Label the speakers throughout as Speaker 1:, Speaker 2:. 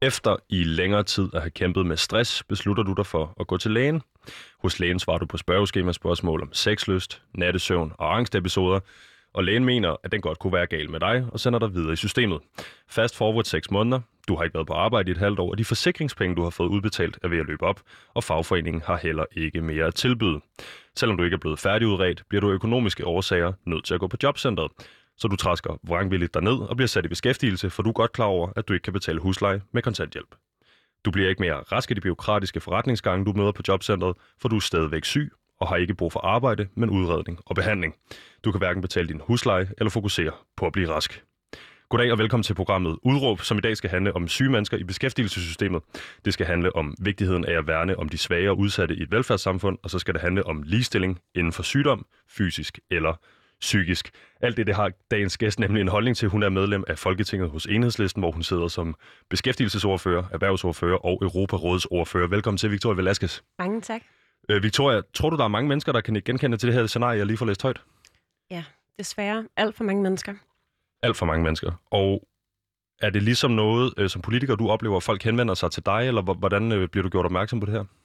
Speaker 1: Efter i længere tid at have kæmpet med stress, beslutter du dig for at gå til lægen. Hos lægen svarer du på spørgeskemaspørgsmål om sexlyst, nattesøvn og angstepisoder, og lægen mener, at den godt kunne være gal med dig, og sender dig videre i systemet. Fast forward 6 måneder, du har ikke været på arbejde i et halvt år, og de forsikringspenge, du har fået udbetalt, er ved at løbe op, og fagforeningen har heller ikke mere at tilbyde. Selvom du ikke er blevet færdigudredt, bliver du af økonomiske årsager nødt til at gå på jobcentret. Så du træsker vrangvilligt derned og bliver sat i beskæftigelse, for du er godt klar over, at du ikke kan betale husleje med kontanthjælp. Du bliver ikke mere rask i de bureaukratiske forretningsgange, du møder på jobcentret, for du er stadigvæk syg og har ikke brug for arbejde, men udredning og behandling. Du kan hverken betale din husleje eller fokusere på at blive rask. Goddag og velkommen til programmet Udråb, som i dag skal handle om syge mennesker i beskæftigelsessystemet. Det skal handle om vigtigheden af at værne om de svage og udsatte i et velfærdssamfund, og så skal det handle om ligestilling inden for sygdom, fysisk eller psykisk. Alt det har dagens gæst nemlig en holdning til. Hun er medlem af Folketinget hos Enhedslisten, hvor hun sidder som beskæftigelsesordfører, erhvervsordfører og Europarådsordfører. Velkommen til, Victoria Velasquez.
Speaker 2: Mange tak.
Speaker 1: Victoria, tror du, der er mange mennesker, der kan genkende til det her scenarie, jeg lige får læst højt?
Speaker 2: Ja, desværre. Alt for mange mennesker.
Speaker 1: Alt for mange mennesker. Og er det ligesom noget, som politiker, du oplever, at folk henvender sig til dig, eller hvordan bliver du gjort opmærksom på det her?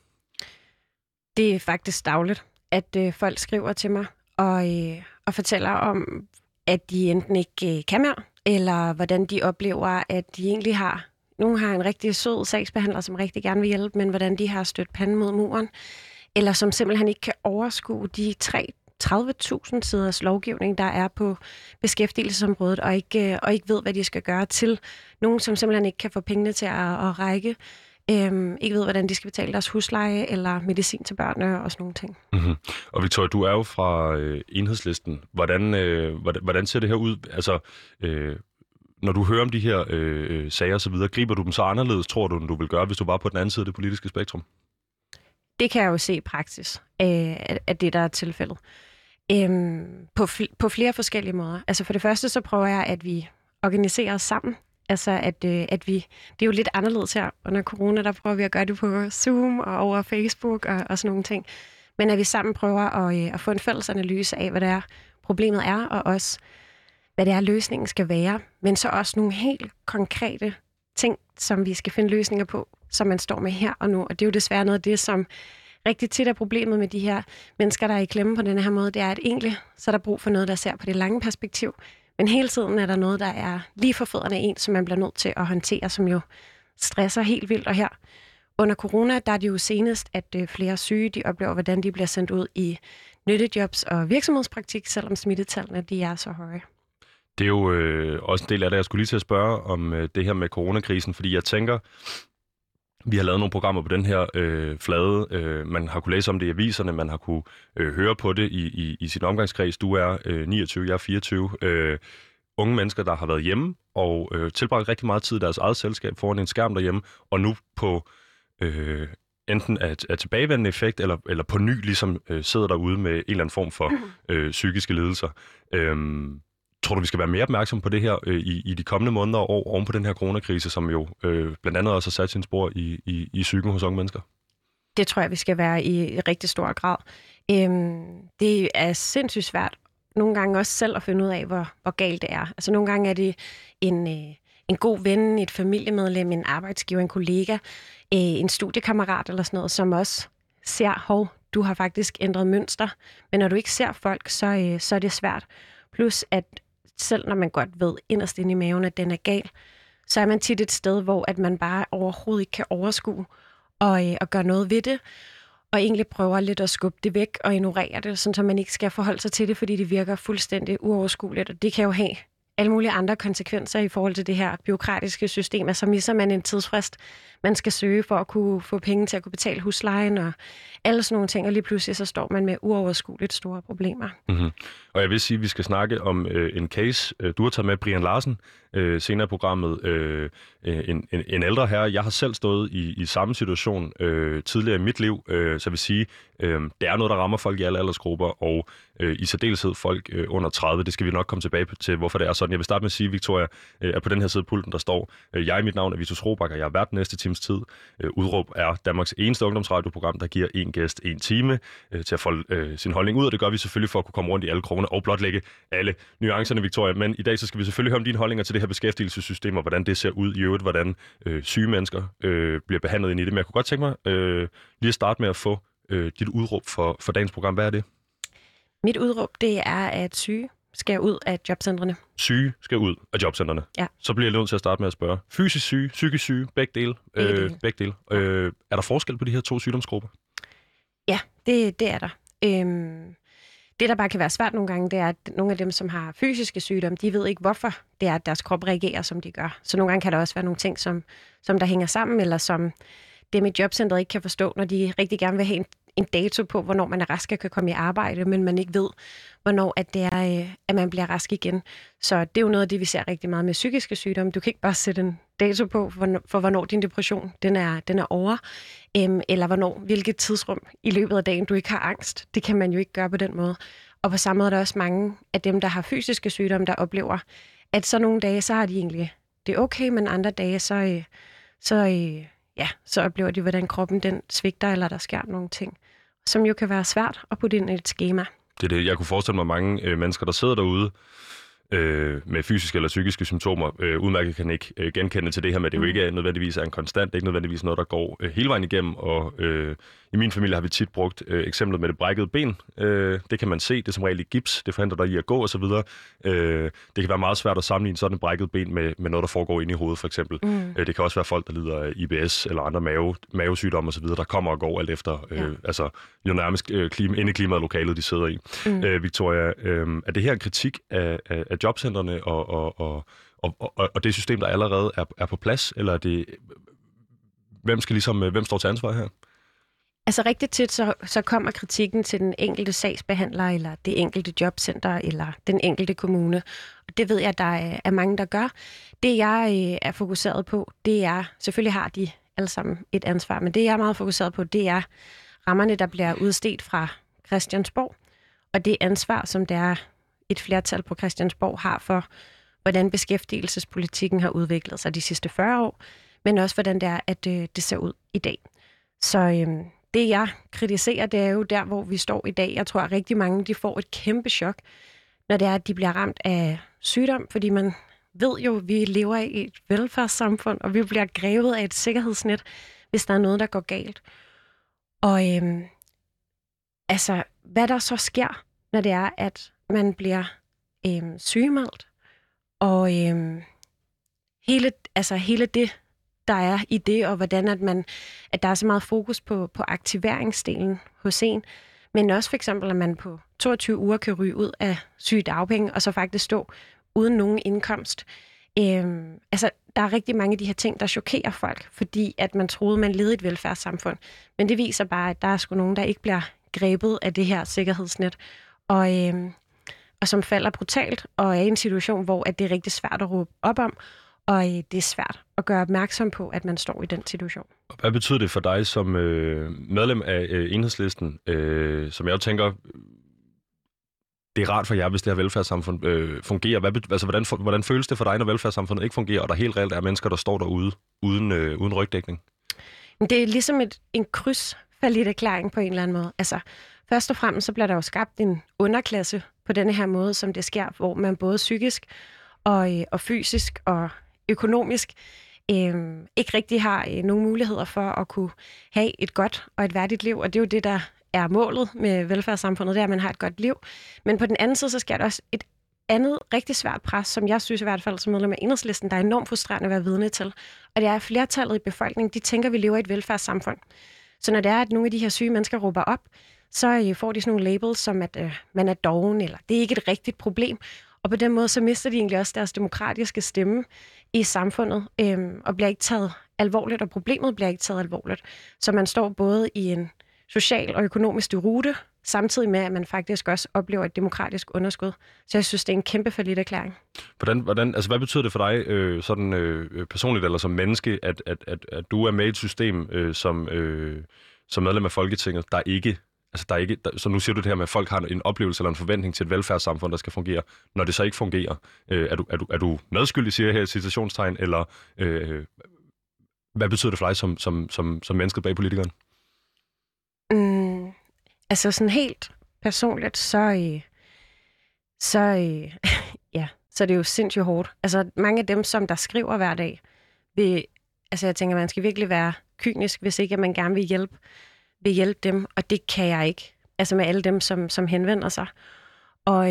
Speaker 2: Det er faktisk dagligt, at folk skriver til mig og fortæller om, at de enten ikke kan mere, eller hvordan de oplever, at de egentlig har. Nogle har en rigtig sød sagsbehandler, som rigtig gerne vil hjælpe, men hvordan de har stødt panden mod muren, eller som simpelthen ikke kan overskue de 30.000 siders lovgivning, der er på beskæftigelsesområdet, og ikke ved, hvad de skal gøre til. Nogen, som simpelthen ikke kan få pengene til at række, ikke ved, hvordan de skal betale deres husleje eller medicin til børnene og sådan nogle ting.
Speaker 1: Mm-hmm. Og Victoria, du er jo fra Enhedslisten. Hvordan ser det her ud? Altså, når du hører om de her sager og så videre, griber du dem så anderledes, tror du, end du vil gøre, hvis du var på den anden side af det politiske spektrum?
Speaker 2: Det kan jeg jo se i praksis, at det der er tilfældet. På flere forskellige måder. Altså for det første, så prøver jeg, at vi organiserer os sammen. Altså at vi, det er jo lidt anderledes her under corona, der prøver vi at gøre det på Zoom og over Facebook og sådan nogle ting. Men at vi sammen prøver at få en fælles analyse af, hvad det er, problemet er, og også, hvad det er, løsningen skal være. Men så også nogle helt konkrete ting, som vi skal finde løsninger på, som man står med her og nu. Og det er jo desværre noget af det, som rigtig tit er problemet med de her mennesker, der er i klemme på den her måde. Det er, at egentlig så er der brug for noget, der ser på det lange perspektiv. Men hele tiden er der noget, der er lige for fødderne af en, som man bliver nødt til at håndtere, som jo stresser helt vildt. Og her under corona, der er det jo senest, at flere syge, de oplever, hvordan de bliver sendt ud i nyttejobs og virksomhedspraktik, selvom smittetallene de er så høje.
Speaker 1: Det er jo også en del af det, jeg skulle lige til at spørge om det her med coronakrisen, fordi jeg tænker, vi har lavet nogle programmer på den her flade. Man har kunne læse om det i aviserne, man har kunne høre på det i sin omgangskreds. Du er 29, jeg er 24. Unge mennesker, der har været hjemme og tilbragt rigtig meget tid i deres eget selskab foran en skærm derhjemme, og nu på enten af tilbagevendende effekt, eller på ny ligesom sidder derude med en eller anden form for psykiske lidelser. Tror du, vi skal være mere opmærksom på det her i de kommende måneder og år oven på den her coronakrise, som jo blandt andet også har sat sin spor i psyken hos unge mennesker?
Speaker 2: Det tror jeg, vi skal være i rigtig stor grad. Det er sindssygt svært nogle gange også selv at finde ud af, hvor galt det er. Altså nogle gange er det en god ven, et familiemedlem, en arbejdsgiver, en kollega, en studiekammerat eller sådan noget, som også ser, du har faktisk ændret mønster. Men når du ikke ser folk, så er det svært. Plus at selv når man godt ved inderst inde i maven, at den er gal, så er man tit et sted, hvor at man bare overhovedet ikke kan overskue og gøre noget ved det, og egentlig prøver lidt at skubbe det væk og ignorere det, så man ikke skal forholde sig til det, fordi det virker fuldstændig uoverskueligt, og det kan jo have alle mulige andre konsekvenser i forhold til det her bureaukratiske system. Altså misser man en tidsfrist, man skal søge for at kunne få penge til at kunne betale huslejen og alle sådan nogle ting, og lige pludselig så står man med uoverskueligt store problemer.
Speaker 1: Mm-hmm. Og jeg vil sige, at vi skal snakke om en case, du har taget med, Brian Larsen, senere i programmet. En ældre herre. Jeg har selv stået i samme situation tidligere i mit liv, så jeg vil sige, det er noget, der rammer folk i alle aldersgrupper, og i særdeleshed folk under 30. Det skal vi nok komme tilbage til, hvorfor det er sådan. Jeg vil starte med at sige, Victoria, at på den her side af pulten, der står, mit navn er Vitus Robak, og jeg er vært næste times tid. Udråb er Danmarks eneste ungdomsradioprogram, der giver en gæst 1 time til at folde sin holdning ud, og det gør vi selvfølgelig for at kunne komme rundt i alle krogene og blotlægge alle nuancerne, Victoria. Men i dag så skal vi selvfølgelig høre om dine holdninger til det her beskæftigelsessystem, og hvordan det ser ud i øvrigt, hvordan syge mennesker bliver behandlet ind i det. Men jeg kunne godt tænke mig lige at starte med at få dit udråb for dagens program. Hvad er det?
Speaker 2: Mit udråb, det er, at syge skal ud af jobcentrene.
Speaker 1: Syge skal ud af jobcentrene.
Speaker 2: Ja.
Speaker 1: Så bliver jeg nødt til at starte med at spørge. Fysisk syge, psykisk syge, begge dele. Begge dele. Er der forskel på de her 2 sygdomsgrupper?
Speaker 2: Ja, det er der. Det, der bare kan være svært nogle gange, det er, at nogle af dem, som har fysiske sygdomme, de ved ikke, hvorfor det er, at deres krop reagerer, som de gør. Så nogle gange kan der også være nogle ting, som der hænger sammen, eller som dem i jobcentret ikke kan forstå, når de rigtig gerne vil have en dato på, hvornår man er rask og kan komme i arbejde, men man ikke ved, hvornår at det er, at man bliver rask igen. Så det er jo noget af det, vi ser rigtig meget med psykiske sygdomme. Du kan ikke bare sætte en dato på, for hvornår din depression den er over, eller hvilket tidsrum i løbet af dagen, du ikke har angst. Det kan man jo ikke gøre på den måde. Og på samme måde er der også mange af dem, der har fysiske sygdomme, der oplever, at så nogle dage, så har de egentlig det er okay, men andre dage, så oplever de, hvordan kroppen den svigter, eller der sker nogle ting, som jo kan være svært at putte ind i et skema.
Speaker 1: Det er det. Jeg kunne forestille mig mange mennesker, der sidder derude med fysiske eller psykiske symptomer, udmærket kan ikke genkende til det her, men det er jo ikke nødvendigvis en konstant, det er ikke nødvendigvis noget, der går hele vejen igennem, og i min familie har vi tit brugt eksemplet med det brækkede ben. Det kan man se, det er som regel i gips, det forhindrer dig i at gå osv. Det kan være meget svært at sammenligne sådan et brækket ben med noget, der foregår inde i hovedet for eksempel. Det kan også være folk, der lider af IBS eller andre mavesygdomme osv., der kommer og går alt efter, jo nærmest indeklimaet af lokalet, de sidder i. Victoria, er det her en kritik af jobcentrene og det system, der allerede er på plads, eller er det hvem står til ansvar her?
Speaker 2: Altså rigtig tit, så kommer kritikken til den enkelte sagsbehandler, eller det enkelte jobcenter, eller den enkelte kommune. Og det ved jeg, at der er mange, der gør. Det, jeg er fokuseret på, det er, selvfølgelig har de alle sammen et ansvar, men det, jeg er meget fokuseret på, det er rammerne, der bliver udstedt fra Christiansborg, og det ansvar, som der er et flertal på Christiansborg har for, hvordan beskæftigelsespolitikken har udviklet sig de sidste 40 år, men også hvordan det er, at det ser ud i dag. Så det, jeg kritiserer, det er jo der, hvor vi står i dag. Jeg tror, at rigtig mange de får et kæmpe chok, når det er, at de bliver ramt af sygdom, fordi man ved jo, at vi lever i et velfærdssamfund, og vi bliver grebet af et sikkerhedsnet, hvis der er noget, der går galt. Og hvad der så sker, når det er, at man bliver sygemeldt, og hele det, der er i det, og hvordan at der er så meget fokus på aktiveringsdelen hos en, men også for eksempel, at man på 22 uger kan ryge ud af sygedagpenge, og så faktisk stå uden nogen indkomst. Der er rigtig mange af de her ting, der chokerer folk, fordi at man troede, man levede i et velfærdssamfund. Men det viser bare, at der er sgu nogen, der ikke bliver grebet af det her sikkerhedsnet, og som falder brutalt, og er i en situation, hvor at det er rigtig svært at råbe op om, og det er svært at gøre opmærksom på, at man står i den situation.
Speaker 1: Hvad betyder det for dig som medlem af Enhedslisten, som jeg jo tænker, det er rart for jer, hvis det her velfærdssamfund fungerer? Hvordan føles det for dig, når velfærdssamfundet ikke fungerer, og der helt reelt er mennesker, der står derude uden rygdækning?
Speaker 2: Det er ligesom en krydsfalliterklæring på en eller anden måde. Altså, først og fremmest så bliver der jo skabt en underklasse på denne her måde, som det sker, hvor man både psykisk og fysisk og økonomisk ikke rigtig har nogen muligheder for at kunne have et godt og et værdigt liv. Og det er jo det, der er målet med velfærdssamfundet, det er, at man har et godt liv. Men på den anden side, så sker der også et andet rigtig svært pres, som jeg synes i hvert fald som medlem af Enhedslisten, der er enormt frustrerende at være vidne til. Og det er, at flertallet i befolkningen, de tænker, at vi lever i et velfærdssamfund. Så når det er, at nogle af de her syge mennesker råber op, så får de sådan nogle labels som, at man er doven, eller det er ikke et rigtigt problem. Og på den måde, så mister de egentlig også deres demokratiske stemme i samfundet, og bliver ikke taget alvorligt, og problemet bliver ikke taget alvorligt. Så man står både i en social og økonomisk rute, samtidig med, at man faktisk også oplever et demokratisk underskud. Så jeg synes, det er en kæmpe falliterklæring. Hvad betyder det for dig personligt eller som menneske, at du er med i et system som medlem af Folketinget, der ikke
Speaker 1: Altså, så nu siger du det her med, at folk har en oplevelse eller en forventning til et velfærdssamfund, der skal fungere. Når det så ikke fungerer, er du medskyldig, siger jeg her i citationstegn, eller hvad betyder det for dig som mennesket bag politikeren?
Speaker 2: Altså sådan helt personligt, så er det jo sindssygt hårdt. Altså mange af dem, som der skriver hver dag, jeg tænker, man skal virkelig være kynisk, hvis ikke at man gerne vil hjælpe dem, og det kan jeg ikke. Altså med alle dem, som henvender sig. Og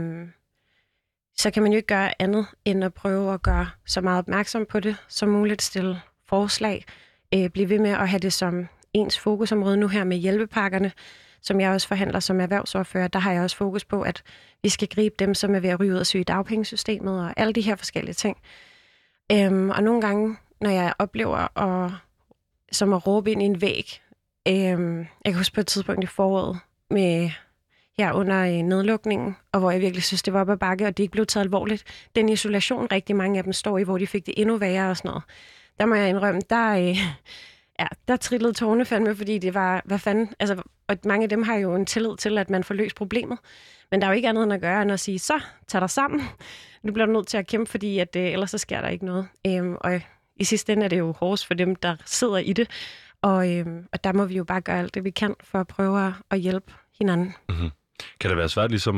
Speaker 2: så kan man jo ikke gøre andet, end at prøve at gøre så meget opmærksom på det som muligt, stille forslag, blive ved med at have det som ens fokusområde nu her med hjælpepakkerne, som jeg også forhandler som erhvervsordfører. Der har jeg også fokus på, at vi skal gribe dem, som er ved at ryge ud af sygedagpengesystemet og alle de her forskellige ting. Og nogle gange, når jeg oplever som at råbe ind i en væg, jeg kan huske på et tidspunkt i foråret med her under nedlukningen, og hvor jeg virkelig synes, det var op ad bakke, og det ikke blev taget alvorligt. Den isolation, rigtig mange af dem står i, hvor de fik det endnu værre og sådan noget. Der må jeg indrømme, der trillede tårne fandme, fordi det var, hvad fanden, altså, og mange af dem har jo en tillid til, at man får løst problemet. Men der er jo ikke andet end at gøre, end at sige, så tag dig sammen. Nu bliver du nødt til at kæmpe, fordi at, ellers så sker der ikke noget. Og i sidste ende er det jo hårdest for dem, der sidder i det. Og der må vi jo bare gøre alt det, vi kan, for at prøve at hjælpe hinanden.
Speaker 1: Mm-hmm. Kan det være svært ligesom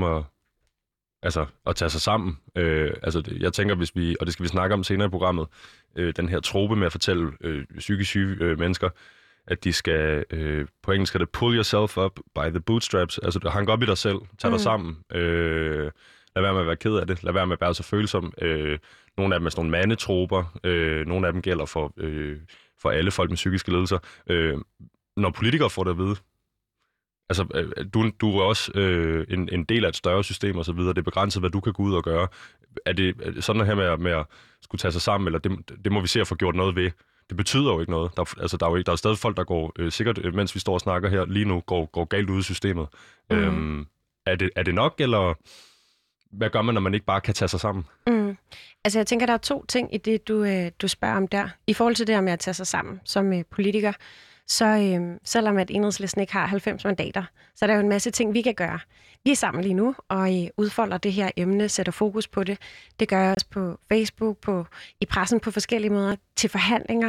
Speaker 1: at tage sig sammen? Jeg tænker, og det skal vi snakke om senere i programmet, den her trope med at fortælle psykisk syge mennesker, at de skal, på engelsk er det pull yourself up by the bootstraps, altså hang op i dig selv, tag dig sammen, lad være med at være ked af det, lad være med at være så følsom. Nogle af dem er sådan nogle mandetroper, nogle af dem gælder for alle folk med psykiske lidelser. Når politikere får det at vide, altså, du er også en del af et større system og så videre. Det er begrænset, hvad du kan gå ud og gøre. Er det sådan her med at skulle tage sig sammen, eller det må vi se at få gjort noget ved? Det betyder jo ikke noget. Der er stadig folk, der går, sikkert mens vi står og snakker her lige nu, går galt ud i systemet. Er det nok, eller hvad gør man, når man ikke bare kan tage sig sammen?
Speaker 2: Altså, jeg tænker, der er 2 ting i det, du spørger om der. I forhold til det her med at tage sig sammen som politiker, så selvom at Enhedslisten ikke har 90 mandater, så er der jo en masse ting, vi kan gøre. Vi er sammen lige nu og udfolder det her emne, sætter fokus på det. Det gør jeg også på Facebook, i pressen på forskellige måder, til forhandlinger.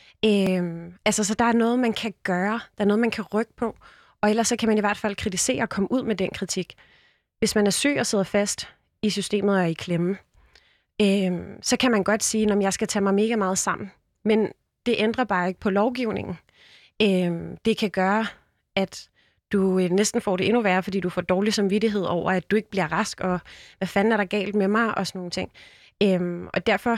Speaker 2: Så der er noget, man kan gøre, der er noget, man kan rykke på, og ellers så kan man i hvert fald kritisere og komme ud med den kritik. Hvis man er syg og sidder fast i systemet og er i klemme, så kan man godt sige, at jeg skal tage mig mega meget sammen. Men det ændrer bare ikke på lovgivningen. Det kan gøre, at du næsten får det endnu værre, fordi du får dårlig samvittighed over, at du ikke bliver rask, og hvad fanden er der galt med mig, og sådan nogle ting. Og derfor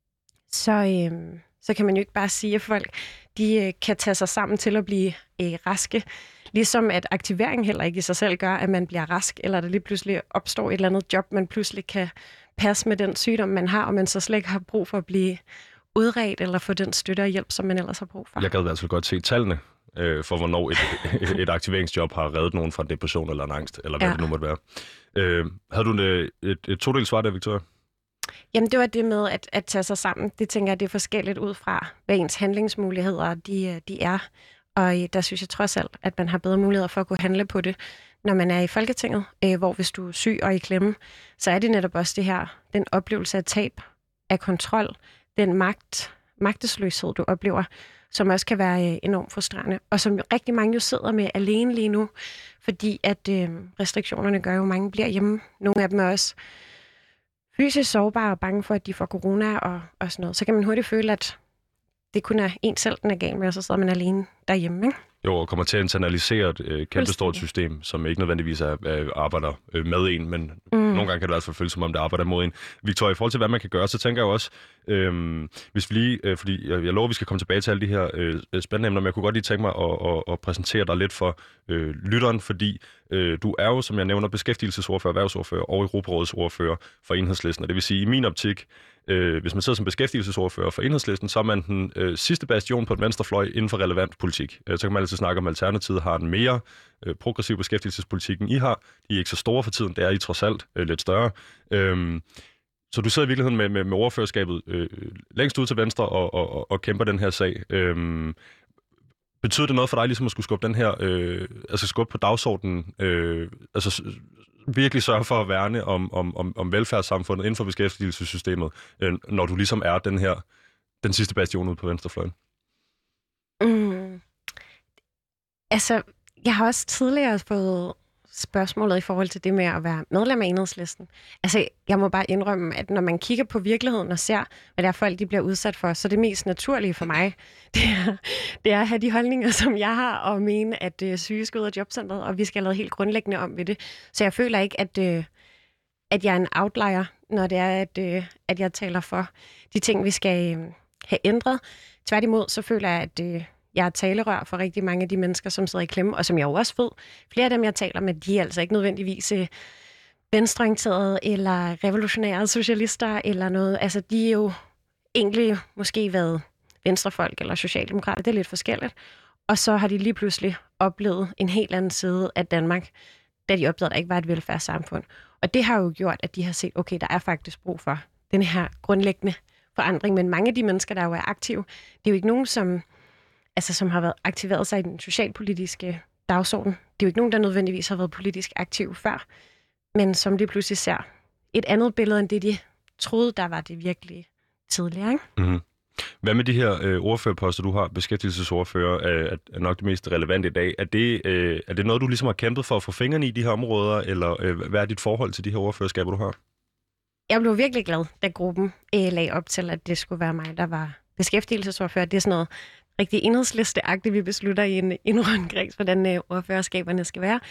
Speaker 2: så kan man jo ikke bare sige, at folk de kan tage sig sammen til at blive raske. Ligesom at aktivering heller ikke i sig selv gør, at man bliver rask, eller der lige pludselig opstår et eller andet job, man pludselig kan passe med den sygdom, man har, og man så slet ikke har brug for at blive udredt eller få den støtte og hjælp, som man ellers har brug for.
Speaker 1: Jeg gad altså godt se tallene for, hvornår et aktiveringsjob har reddet nogen fra en depression eller en angst, eller hvad det nu måtte være. Havde du et todelt svar der, Victoria?
Speaker 2: Jamen, det var det med at tage sig sammen. Det tænker jeg, det er forskelligt ud fra, hvad ens handlingsmuligheder de er. Og der synes jeg trods alt, at man har bedre muligheder for at kunne handle på det, når man er i Folketinget, hvor hvis du er syg og i klemme, så er det netop også det her, den oplevelse af tab, af kontrol, den magtesløshed, du oplever, som også kan være enormt frustrerende, og som rigtig mange jo sidder med alene lige nu, fordi at restriktionerne gør jo, mange bliver hjemme. Nogle af dem er også fysisk sårbare og bange for, at de får corona og sådan noget. Så kan man hurtigt føle, at det kun er en selv, den er gal med, og så sidder man alene derhjemme, ikke?
Speaker 1: Jo, og kommer til at internalisere et kæmpestort system, som ikke nødvendigvis arbejder med en, men nogle gange kan det altså føles som om, det arbejder mod en. Victoria, i forhold til, hvad man kan gøre, så tænker jeg også, hvis vi lige, fordi jeg lover, vi skal komme tilbage til alle de her spændende emner, men jeg kunne godt lige tænke mig at præsentere dig lidt for lytteren, fordi du er jo, som jeg nævner, beskæftigelsesordfører, erhvervsordfører og Europarådsordfører for Enhedslisten, og det vil sige, i min optik, hvis man sidder som beskæftigelsesordfører for Enhedslisten, så er man den sidste bastion på den venstrefløj inden for relevant politik. Så kan man altid snakke om, at Alternativet har en mere progressiv beskæftigelsespolitik, end I har. De er ikke så store for tiden, det er I trods alt lidt større. Så du sidder i virkeligheden med ordførerskabet længst ud til venstre og kæmper den her sag. Betyder det noget for dig ligesom at skulle skubbe den her, skubbe på dagsordenen, virkelig sørge for at værne om velfærdssamfundet inden for beskæftigelsessystemet, når du ligesom er den sidste bastion ude på venstrefløjen?
Speaker 2: Altså, jeg har også tidligere fået spørgsmålet i forhold til det med at være medlem af Enhedslisten. Altså, jeg må bare indrømme, at når man kigger på virkeligheden og ser, hvad der folk de bliver udsat for, så det mest naturlige for mig, det er at have de holdninger, som jeg har, og mene, at syge skal ud af jobcentret, og vi skal have lavet helt grundlæggende om ved det. Så jeg føler ikke, at jeg er en outlier, når det er, at jeg taler for de ting, vi skal have ændret. Tværtimod, så føler jeg, at jeg er talerør for rigtig mange af de mennesker, som sidder i klemme, og som jeg jo også ved. Flere af dem, jeg taler med, de er altså ikke nødvendigvis venstreorienterede eller revolutionære socialister eller noget. Altså, de er jo egentlig måske været venstrefolk eller socialdemokrater. Det er lidt forskelligt. Og så har de lige pludselig oplevet en helt anden side af Danmark, da de opdagede, at der ikke var et velfærdssamfund. Og det har jo gjort, at de har set, okay, der er faktisk brug for den her grundlæggende forandring. Men mange af de mennesker, der jo er aktive, det er jo ikke nogen, som har været aktiveret sig i den socialpolitiske dagsorden. Det er jo ikke nogen, der nødvendigvis har været politisk aktiv før, men som det pludselig ser et andet billede, end det de troede, der var det virkelig tidligere. Ikke?
Speaker 1: Mm-hmm. Hvad med de her ordførerposter, du har, beskæftigelsesordfører, er nok det mest relevante i dag. Er det noget, du ligesom har kæmpet for at få fingrene i de her områder, eller hvad er dit forhold til de her ordførerskaber, du har?
Speaker 2: Jeg blev virkelig glad, da gruppen lagde op til, at det skulle være mig, der var beskæftigelsesordfører. Det er sådan noget rigtig enhedslisteagtigt, vi beslutter i en rundkreds, hvordan ordførerskaberne skal være.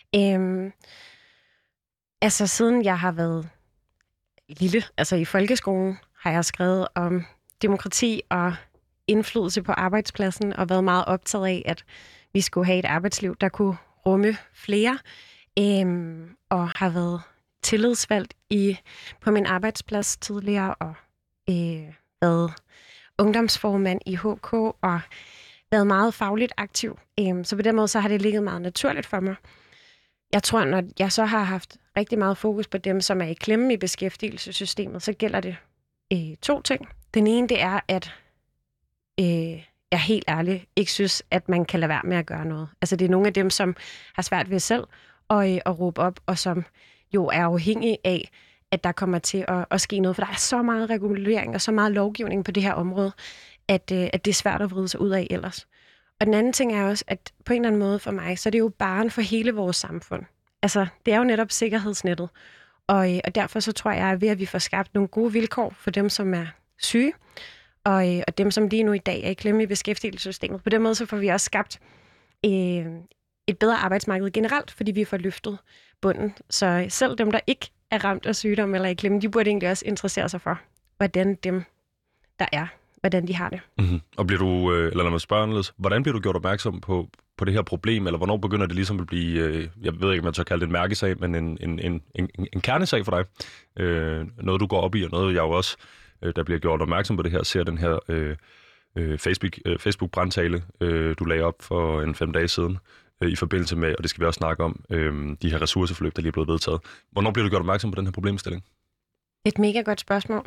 Speaker 2: Siden jeg har været lille, altså i folkeskolen, har jeg skrevet om demokrati og indflydelse på arbejdspladsen, og været meget optaget af, at vi skulle have et arbejdsliv, der kunne rumme flere, og har været tillidsvalgt på min arbejdsplads tidligere, og været ungdomsformand i HK, og været meget fagligt aktiv. Så på den måde så har det ligget meget naturligt for mig. Jeg tror, når jeg så har haft rigtig meget fokus på dem, som er i klemme i beskæftigelsessystemet, så gælder det 2 ting. Den ene, det er, at jeg helt ærligt ikke synes, at man kan lade være med at gøre noget. Altså det er nogle af dem, som har svært ved selv at råbe op, og som jo er afhængige af, at der kommer til at ske noget. For der er så meget regulering og så meget lovgivning på det her område, at det er svært at vride sig ud af ellers. Og den anden ting er også, at på en eller anden måde for mig, så er det jo barren for hele vores samfund. Altså, det er jo netop sikkerhedsnettet. Og derfor så tror jeg, at vi får skabt nogle gode vilkår for dem, som er syge, og dem, som lige nu i dag er i klemme i beskæftigelsessystemet. På den måde så får vi også skabt et bedre arbejdsmarked generelt, fordi vi får løftet bunden. Så selv dem, der ikke er ramt af sygdom eller i klemme, de burde egentlig også interessere sig for, hvordan dem, der er, hvordan de har det. Mm-hmm.
Speaker 1: Og bliver du, eller lad mig spørge anderledes, hvordan bliver du gjort opmærksom på det her problem, eller hvornår begynder det ligesom at blive, jeg ved ikke, om man så kalde det en mærkesag, men en kernesag for dig? Noget, du går op i, og noget, jeg jo også, der bliver gjort opmærksom på det her, ser den her Facebook-brandtale, du lagde op for 5 dage siden, i forbindelse med, og det skal vi også snakke om, de her ressourceforløb, der lige er blevet vedtaget. Hvornår bliver du gjort opmærksom på den her problemstilling?
Speaker 2: Et mega godt spørgsmål.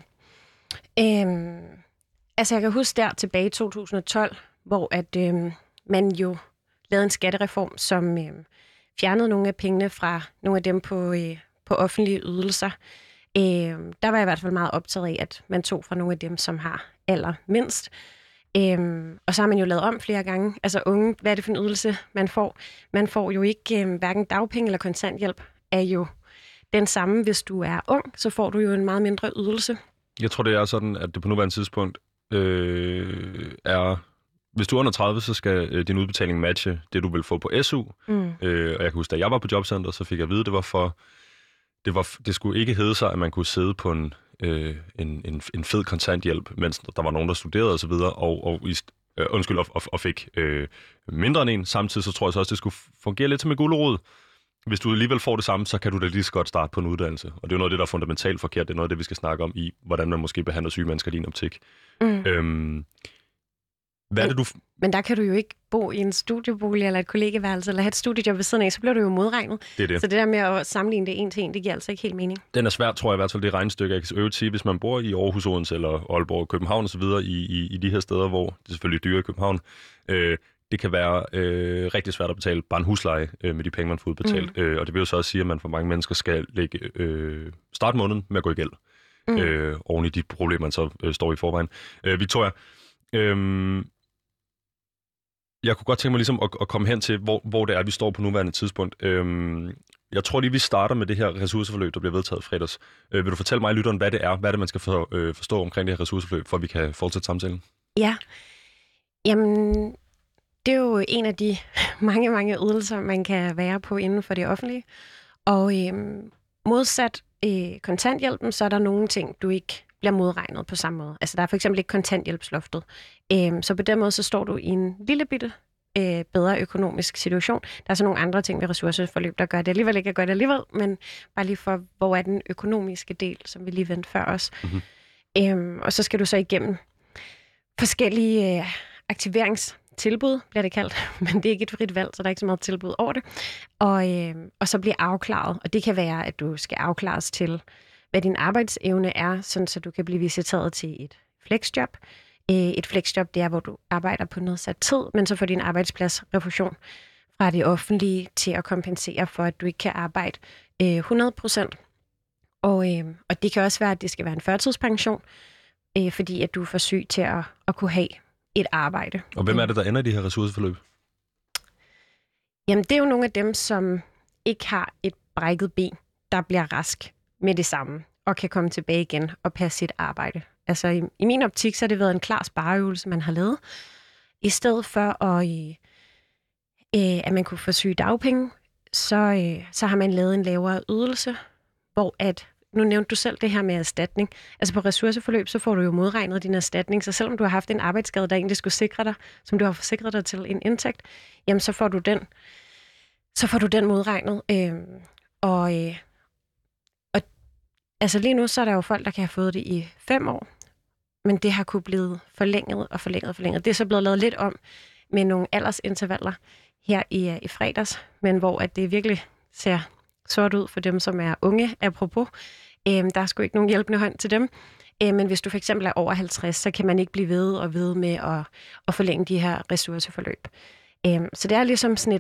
Speaker 2: Jeg kan huske der tilbage i 2012, hvor at man jo lavede en skattereform, som fjernede nogle af pengene fra nogle af dem på offentlige ydelser. Der var jeg i hvert fald meget optaget af, at man tog fra nogle af dem, som har allermindst. Og så har man jo lavet om flere gange. Altså unge, hvad er det for en ydelse, man får? Man får jo ikke hverken dagpenge eller kontanthjælp, er jo den samme. Hvis du er ung, så får du jo en meget mindre ydelse. Jeg
Speaker 1: tror, det er sådan, at det på nuværende tidspunkt er... Hvis du er under 30, så skal din udbetaling matche det, du vil få på SU. Og jeg kan huske, da jeg var på jobcenter, så fik jeg at vide, det skulle ikke hedde sig, at man kunne sidde på en fed kontanthjælp, mens der var nogen, der studerede osv., og fik mindre end en. Samtidig så tror jeg så også, det skulle fungere lidt som en gulerod. Hvis du alligevel får det samme, så kan du da lige så godt starte på en uddannelse. Og det er jo noget af det, der er fundamentalt forkert. Det er noget af det, vi skal snakke om i, hvordan man måske behandler syge mennesker i din optik.
Speaker 2: Men der kan du jo ikke bo i en studiebolig eller et kollegeværelse eller have et studiejob ved siden af, så bliver du jo modregnet.
Speaker 1: Det er det.
Speaker 2: Så det der med at sammenligne det en til en, det giver altså ikke helt mening.
Speaker 1: Den er svært, tror jeg i hvert fald, det regnestykke. Jeg kan øvrigt sige, hvis man bor i Aarhus, Odense eller Aalborg, København osv., i de her steder, hvor det er selvfølgelig dyre i København, det kan være rigtig svært at betale bare en husleje med de penge, man får udbetalt. Og det vil jo så også sige, at man for mange mennesker skal starte måneden med at gå i gæld. Oven i de problemer, man så står i forvejen. Victoria, jeg kunne godt tænke mig ligesom at komme hen til, hvor det er, vi står på nuværende tidspunkt. Jeg tror lige, vi starter med det her ressourceforløb, der bliver vedtaget fredags. Vil du fortælle mig, lytteren, hvad det er? Hvad er det, man skal forstå omkring det her ressourceforløb, for at vi kan fortsætte samtalen?
Speaker 2: Ja, jamen, det er jo en af de mange ydelser, man kan være på inden for det offentlige. Og modsat kontanthjælpen, så er der nogle ting, du ikke bliver modregnet på samme måde. Altså, der er for eksempel ikke kontanthjælpsloftet. Så på den måde, så står du i en lille bitte bedre økonomisk situation. Der er så nogle andre ting ved ressourceforløb, der gør det alligevel ikke at gøre det alligevel, men bare lige for, hvor er den økonomiske del, som vi lige vendte før os. Og så skal du så igennem forskellige aktiveringstilbud, bliver det kaldt, men det er ikke et frit valg, så der er ikke så meget tilbud over det. Og så bliver afklaret, og det kan være, at du skal afklares til, hvad din arbejdsevne er, sådan så du kan blive visiteret til et flexjob. Et flexjob, det er, hvor du arbejder på nedsat tid, men så får din arbejdsplads refusion fra det offentlige til at kompensere for, at du ikke kan arbejde 100%. Og det kan også være, at det skal være en førtidspension, fordi at du er for syg til at kunne have et arbejde.
Speaker 1: Og hvem er det, der ender i de her ressourceforløb?
Speaker 2: Jamen, det er jo nogle af dem, som ikke har et brækket ben, der bliver rask med det samme, og kan komme tilbage igen og passe sit arbejde. Altså, i min optik, så har det været en klar spareøvelse, man har lavet. I stedet for, at man kunne få sygedagpenge, så har man lavet en lavere ydelse, hvor at, nu nævnte du selv det her med erstatning. Altså på ressourceforløb, så får du jo modregnet din erstatning, så selvom du har haft en arbejdsskade, der egentlig skulle sikre dig, som du har forsikret dig til en indtægt, jamen så får du den modregnet. Altså lige nu, så er der jo folk, der kan have fået det i 5 år, men det har kunne blive forlænget. Det er så blevet lavet lidt om med nogle aldersintervaller her i fredags, men hvor at det virkelig ser sort ud for dem, som er unge, apropos. Der er sgu ikke nogen hjælpende hånd til dem. Men hvis du for eksempel er over 50, så kan man ikke blive ved med at forlænge de her ressourceforløb. Så det er ligesom sådan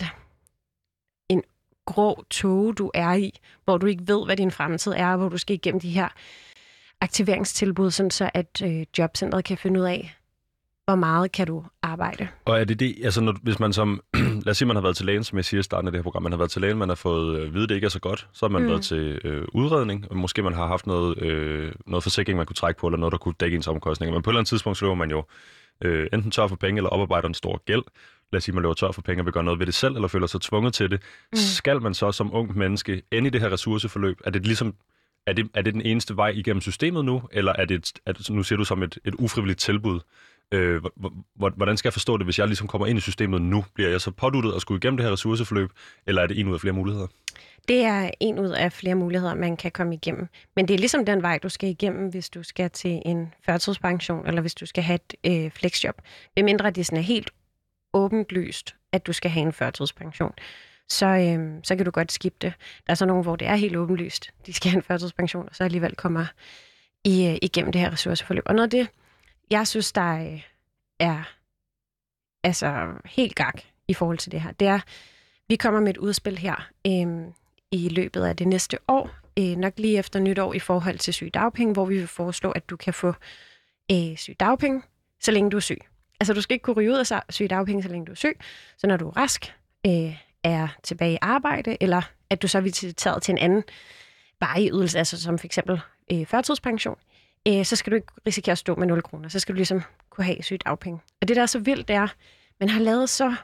Speaker 2: en grå tåge, du er i, hvor du ikke ved, hvad din fremtid er, hvor du skal igennem de her aktiveringstilbud, sådan så at jobcentret kan finde ud af, hvor meget kan du arbejde.
Speaker 1: Og er det, altså hvis man som, lad os sige, man har været til lægen, som jeg siger i starten af det her program, man har været til lægen, man har fået at vide, det ikke er så godt, så har man været til udredning, og måske man har haft noget forsikring, man kunne trække på, eller noget, der kunne dække ens omkostninger. Men på et eller andet tidspunkt, så løber man jo enten tør for penge, eller oparbejder en stor gæld. Lad os sige, man løber tør for penge og vil gøre noget ved det selv, eller føler sig tvunget til det. Skal man så som ung menneske ende i det her ressourceforløb? Er det ligesom Er det den eneste vej igennem systemet nu, eller er det nu ser du som et ufrivilligt tilbud? Hvordan skal jeg forstå det, hvis jeg ligesom kommer ind i systemet nu? Bliver jeg så påduttet at skulle igennem det her ressourceforløb, eller er det en ud af flere muligheder?
Speaker 2: Det er en ud af flere muligheder, man kan komme igennem. Men det er ligesom den vej, du skal igennem, hvis du skal til en førtidspension, eller hvis du skal have et flexjob. Medmindre det sådan er helt åbenlyst, at du skal have en førtidspension. Så kan du godt skippe det. Der er så nogen, hvor det er helt åbenlyst. De skal have en førtidspension, og så alligevel kommer igennem det her ressourceforløb. Og noget af det, jeg synes, der er altså helt gak i forhold til det her, det er, vi kommer med et udspil her i løbet af det næste år, nok lige efter nytår i forhold til sygedagpenge, hvor vi vil foreslå, at du kan få sygedagpenge, så længe du er syg. Altså, du skal ikke kunne ryge ud af sygedagpenge, så længe du er syg. Så når du er rask, er tilbage i arbejde, eller at du så er taget til en anden varig ydelse, altså som for eksempel førtidspension, så skal du ikke risikere at stå med 0 kroner. Så skal du ligesom kunne have sygedagpenge. Og det, der er så vildt, det er, man har lavet så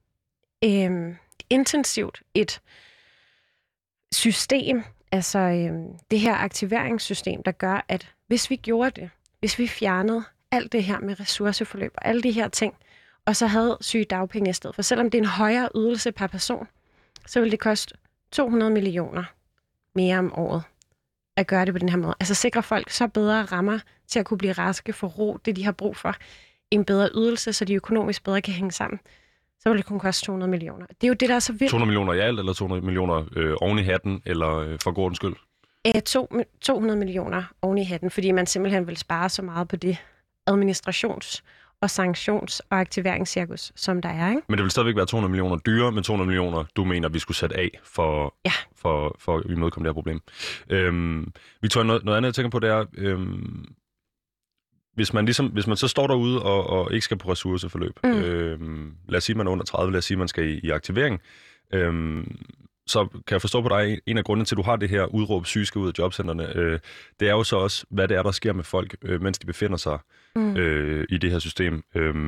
Speaker 2: intensivt et system, altså det her aktiveringssystem, der gør, at hvis vi gjorde det, hvis vi fjernede alt det her med ressourceforløb og alle de her ting, og så havde sygedagpenge i stedet for, selvom det er en højere ydelse per person, så ville det koste 200 millioner mere om året at gøre det på den her måde. Altså sikre folk så bedre rammer til at kunne blive raske, for ro, det de har brug for, en bedre ydelse, så de økonomisk bedre kan hænge sammen. Så ville det kun koste 200 millioner. Det er jo det, der er så vildt.
Speaker 1: 200 millioner i alt, eller 200 millioner oven i hatten, eller for god skyld? 200
Speaker 2: millioner oven i hatten, fordi man simpelthen vil spare så meget på det administrations- og sanktions- og aktiveringscirkus, som der er. Ikke?
Speaker 1: Men det vil stadigvæk være 200 millioner dyre, men 200 millioner, du mener, vi skulle sætte af for at imødekomme det her problem. Victoria, noget andet, jeg tænker på, det er, hvis man så står derude og ikke skal på ressourceforløb, lad os sige, man er under 30, lad os sige, man skal i aktivering, så kan jeg forstå på dig, en af grundene til, at du har det her udråb syge skal ud af jobcentrene, det er jo så også, hvad det er, der sker med folk, mens de befinder sig i det her system.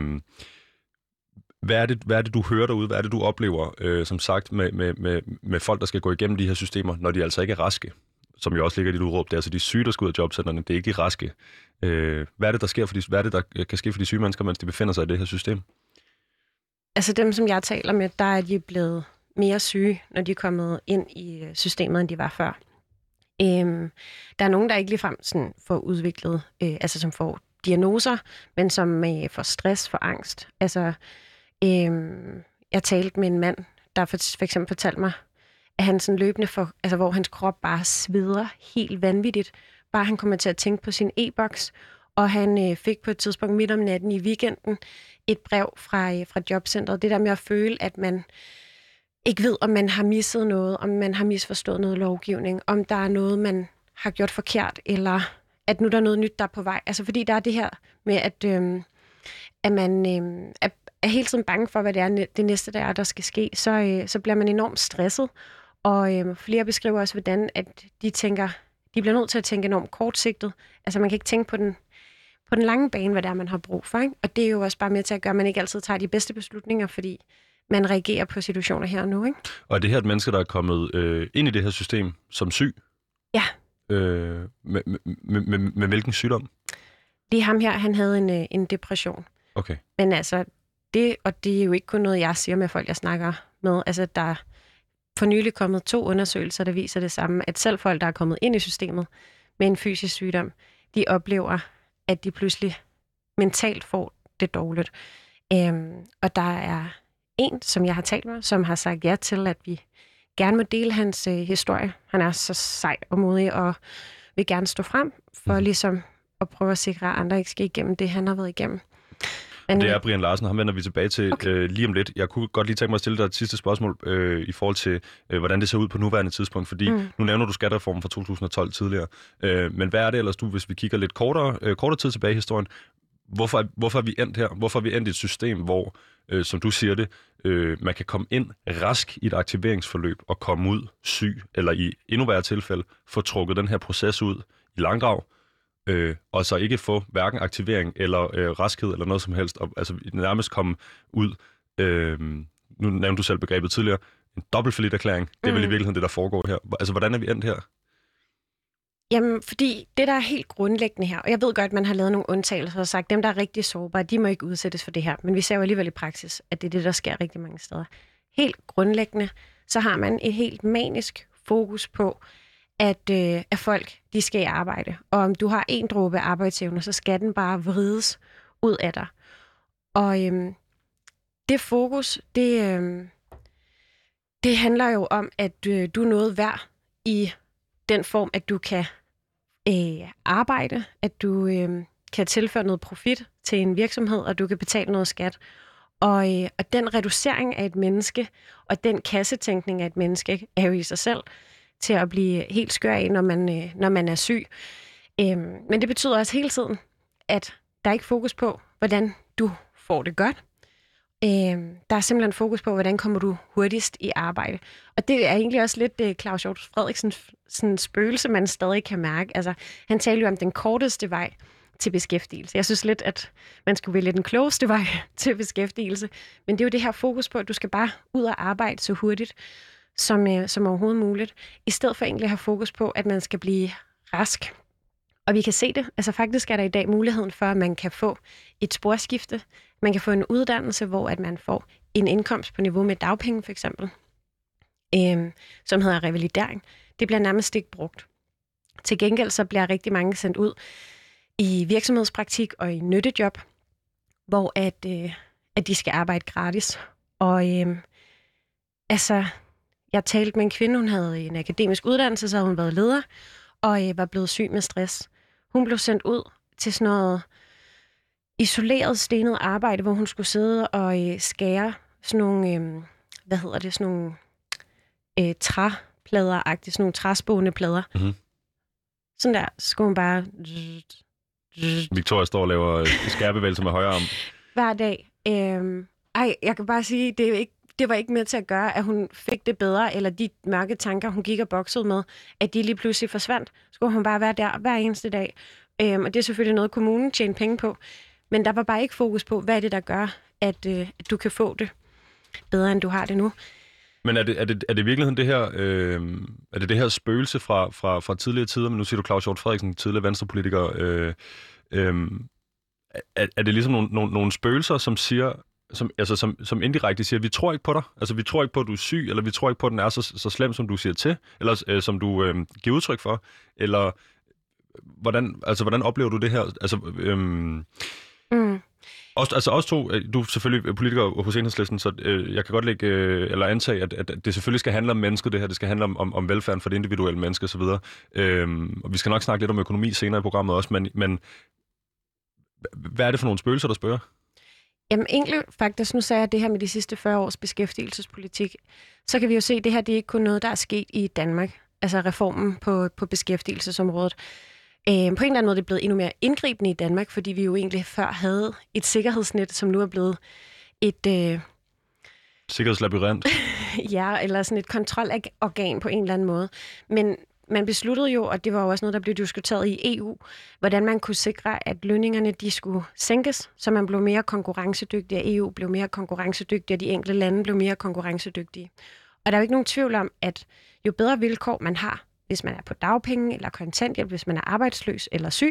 Speaker 1: Hvad er det, du hører derude? Hvad er det, du oplever, som sagt, med folk, der skal gå igennem de her systemer, når de altså ikke er raske? Som jo også ligger i dit udråb. Det er altså de syge, der skal ud af jobcentrene. Det er ikke de raske. Hvad er det, der kan ske for de syge mennesker, mens de befinder sig i det her system?
Speaker 2: Altså dem, som jeg taler med, der er de blevet mere syge, når de er kommet ind i systemet, end de var før. Der er nogen, der ikke ligefrem sådan får udviklet, altså som får diagnoser, men som får stress, for angst. Altså, jeg talte med en mand, der for eksempel fortalte mig, at han sådan løbende får, altså hvor hans krop bare sveder helt vanvittigt. Bare han kommer til at tænke på sin e-boks, og han fik på et tidspunkt midt om natten i weekenden et brev fra jobcentret. Det der med at føle, at man ikke ved, om man har misset noget, om man har misforstået noget lovgivning, om der er noget, man har gjort forkert, eller at nu der er noget nyt, der er på vej. Altså fordi der er det her med, at man er hele tiden bange for, hvad det er det næste, der skal ske, så bliver man enormt stresset. Og flere beskriver også, hvordan at de bliver nødt til at tænke enormt kortsigtet. Altså man kan ikke tænke på den lange bane, hvad det er, man har brug for. Ikke? Og det er jo også bare med til at gøre, at man ikke altid tager de bedste beslutninger, fordi man reagerer på situationer her og nu. Ikke?
Speaker 1: Og er det her et menneske, der er kommet ind i det her system som syg?
Speaker 2: Ja.
Speaker 1: Med hvilken sygdom?
Speaker 2: Lige ham her, han havde en depression.
Speaker 1: Okay.
Speaker 2: Men altså, det er jo ikke kun noget, jeg siger med folk, jeg snakker med. Altså, der er for nylig kommet 2 undersøgelser, der viser det samme, at selv folk, der er kommet ind i systemet med en fysisk sygdom, de oplever, at de pludselig mentalt får det dårligt. Og der er en, som jeg har talt med, som har sagt ja til, at vi gerne må dele hans historie. Han er så sej og modig og vil gerne stå frem for ligesom at prøve at sikre, at andre ikke skal igennem det, han har været igennem. Men
Speaker 1: det er Brian Larsen, ham vender vi tilbage til lige om lidt. Jeg kunne godt lige tænke mig at stille dig et sidste spørgsmål i forhold til, hvordan det ser ud på nuværende tidspunkt, fordi nu nævner du skattereformen fra 2012 tidligere. Men hvad er det ellers, hvis vi kigger lidt kortere tid tilbage i historien, hvorfor er vi endt her? Hvorfor er vi endt i et system, hvor, som du siger det, man kan komme ind rask i et aktiveringsforløb og komme ud syg, eller i endnu værre tilfælde, få trukket den her proces ud i langdrag, og så ikke få hverken aktivering eller raskhed eller noget som helst, og altså nærmest komme ud, nu nævnte du selv begrebet tidligere, en dobbeltfalliterklæring, det er vel i virkeligheden det, der foregår her. Altså, hvordan er vi endt her?
Speaker 2: Jamen, fordi det, der er helt grundlæggende her, og jeg ved godt, at man har lavet nogle undtagelser og sagt, at dem, der er rigtig sårbare, de må ikke udsættes for det her. Men vi ser jo alligevel i praksis, at det er det, der sker rigtig mange steder. Helt grundlæggende, så har man et helt manisk fokus på, at folk, de skal i arbejde. Og om du har en dråbe arbejdsevne, så skal den bare vrides ud af dig. Og det fokus, det handler jo om, at du er noget værd i den form, at du kan arbejde, at du kan tilføre noget profit til en virksomhed, og du kan betale noget skat. Og den reducering af et menneske, og den kassetænkning af et menneske, er jo i sig selv til at blive helt skør af, når man er syg. Men det betyder også hele tiden, at der er ikke fokus på, hvordan du får det godt. Der er simpelthen fokus på, hvordan kommer du hurtigst i arbejde. Og det er egentlig også lidt Claus Hjort Frederiksens sådan spøgelse, man stadig kan mærke. Altså, han taler jo om den korteste vej til beskæftigelse. Jeg synes lidt, at man skulle vælge den klogeste vej til beskæftigelse. Men det er jo det her fokus på, at du skal bare ud og arbejde så hurtigt som overhovedet muligt, i stedet for egentlig at have fokus på, at man skal blive rask. Og vi kan se det. Altså faktisk er der i dag muligheden for, at man kan få et sporskifte. Man kan få en uddannelse, hvor at man får en indkomst på niveau med dagpenge, for eksempel, som hedder revalidering. Det bliver nærmest ikke brugt. Til gengæld så bliver rigtig mange sendt ud i virksomhedspraktik og i nyttejob, hvor at de skal arbejde gratis. Og altså, jeg talte med en kvinde, hun havde en akademisk uddannelse, så havde hun været leder, og var blevet syg med stress. Hun blev sendt ud til sådan noget isoleret stenet arbejde, hvor hun skulle sidde og skære sådan nogle, sådan nogle træplader-agtige, sådan nogle træspående plader.
Speaker 1: Mm-hmm.
Speaker 2: Sådan der, så skulle hun bare...
Speaker 1: Victoria står og laver skærebevægelser med højre arm.
Speaker 2: Hver dag. Jeg kan bare sige, det var ikke med til at gøre, at hun fik det bedre, eller de mørke tanker, hun gik og boksede med, at de lige pludselig forsvandt. Skulle hun bare være der hver eneste dag. Og det er selvfølgelig noget, kommunen tjener penge på. Men der var bare ikke fokus på, hvad er det, der gør, at du kan få det bedre, end du har det nu.
Speaker 1: Men er det i virkeligheden det her, er det her spøgelse fra tidligere tider, men nu siger du Claus Hjort Frederiksen, tidligere venstrepolitiker, er det ligesom nogle spøgelser, som siger, som indirekte siger, vi tror ikke på dig, altså vi tror ikke på, at du er syg, eller vi tror ikke på, at den er så slem, som du siger til, eller som du giver udtryk for, eller hvordan oplever du det her? Også to, du er selvfølgelig politiker hos Enhedslisten, så jeg kan godt antage, at det selvfølgelig skal handle om mennesket, det her. Det skal handle om velfærden for det individuelle menneske osv. Og vi skal nok snakke lidt om økonomi senere i programmet også, men hvad er det for nogle spøgelser, der spørger?
Speaker 2: Jamen egentlig faktisk, nu sagde jeg det her med de sidste 40 års beskæftigelsespolitik, så kan vi jo se, at det her det er ikke kun noget, der er sket i Danmark. Altså reformen på beskæftigelsesområdet. På en eller anden måde det er blevet endnu mere indgribende i Danmark, fordi vi jo egentlig før havde et sikkerhedsnet, som nu er blevet et...
Speaker 1: Sikkerhedslabyrint?
Speaker 2: Ja, eller sådan et kontrolorgan på en eller anden måde. Men man besluttede jo, og det var jo også noget, der blev diskuteret i EU, hvordan man kunne sikre, at lønningerne de skulle sænkes, så man blev mere konkurrencedygtig, og EU blev mere konkurrencedygtig, og de enkelte lande blev mere konkurrencedygtige. Og der er jo ikke nogen tvivl om, at jo bedre vilkår man har, hvis man er på dagpenge eller kontanthjælp, hvis man er arbejdsløs eller syg,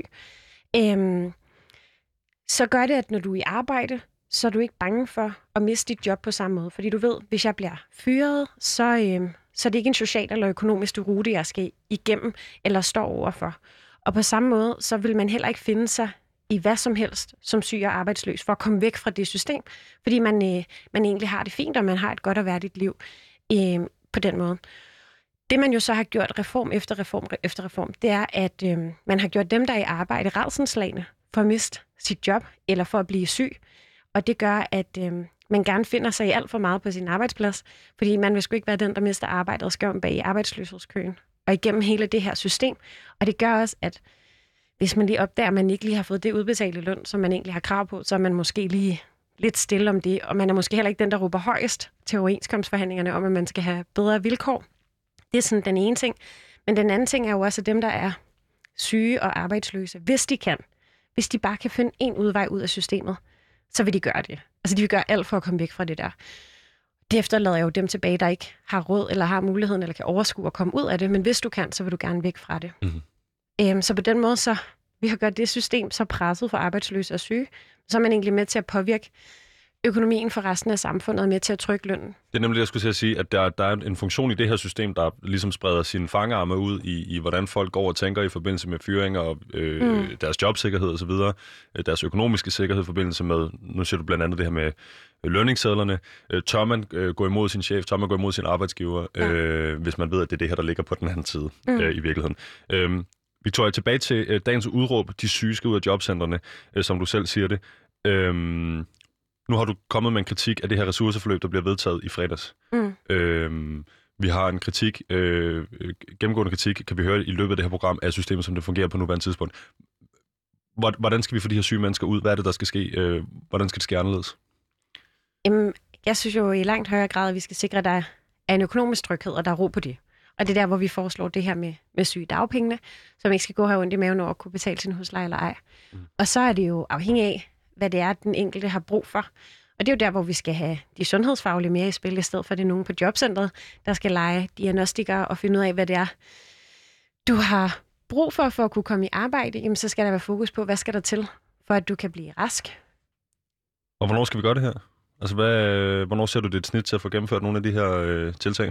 Speaker 2: så gør det, at når du er i arbejde, så er du ikke bange for at miste dit job på samme måde. Fordi du ved, hvis jeg bliver fyret, så er det ikke en social eller økonomisk rute, jeg skal igennem eller står overfor. Og på samme måde, så vil man heller ikke finde sig i hvad som helst som syg og arbejdsløs for at komme væk fra det system. Fordi man egentlig har det fint, og man har et godt og værdigt liv på den måde. Det man jo så har gjort reform efter reform, det er, at man har gjort dem, der er i arbejde, rædselsslagne for at miste sit job eller for at blive syg. Og det gør, at man gerne finder sig i alt for meget på sin arbejdsplads, fordi man vil sgu ikke være den, der mister arbejdet og skal om bag i arbejdsløshedskøen og igennem hele det her system. Og det gør også, at hvis man lige opdager, at man ikke lige har fået det udbetalte løn, som man egentlig har krav på, så er man måske lige lidt stille om det, og man er måske heller ikke den, der råber højest til overenskomstforhandlingerne om, at man skal have bedre vilkår. Det er sådan den ene ting. Men den anden ting er jo også, at dem, der er syge og arbejdsløse, hvis de bare kan finde en udvej ud af systemet, så vil de gøre det. Altså de vil gøre alt for at komme væk fra det der. Det efterlader jo dem tilbage, der ikke har råd, eller har muligheden, eller kan overskue at komme ud af det. Men hvis du kan, så vil du gerne væk fra det. Mm-hmm. Så på den måde, så vi har gjort det system så presset for arbejdsløse og syge, så er man egentlig med til at påvirke økonomien for resten af samfundet og med til at trykke lønnen. Det
Speaker 1: er nemlig det, jeg skulle til at sige, at der er en funktion i det her system, der ligesom spreder sine fangarme ud i hvordan folk går og tænker i forbindelse med fyringer og deres jobsikkerhed osv., deres økonomiske sikkerhed i forbindelse med, nu siger du blandt andet det her med lønningssedlerne. Tør man gå imod sin chef, tør man gå imod sin arbejdsgiver, hvis man ved, at det er det her, der ligger på den anden side i virkeligheden. Victoria, tilbage til dagens udråb, de syge skal ud af jobcentrene, som du selv siger det. Nu har du kommet med en kritik af det her ressourceforløb, der bliver vedtaget i fredags. Vi har en kritik, gennemgående kritik, kan vi høre i løbet af det her program, af systemet, som det fungerer på nuværende tidspunkt. Hvordan skal vi få de her syge mennesker ud? Hvad er det, der skal ske? Hvordan skal det ske anderledes?
Speaker 2: Jeg synes jo i langt højere grad, at vi skal sikre, at der er en økonomisk tryghed, og der er ro på det. Og det er der, hvor vi foreslår det her med sygedagpengene, som ikke skal gå her ondt i maven over at kunne betale sin husleje eller ej. Og så er det jo afhængig af, hvad det er, den enkelte har brug for. Og det er jo der, hvor vi skal have de sundhedsfaglige mere i spil, i stedet for at det er nogen på jobcentret, der skal lege diagnostikere og finde ud af, hvad det er, du har brug for at kunne komme i arbejde. Jamen, så skal der være fokus på, hvad skal der til, for at du kan blive rask.
Speaker 1: Og hvornår skal vi gøre det her? Altså, hvornår ser du det et snit til at få gennemført nogle af de her tiltag?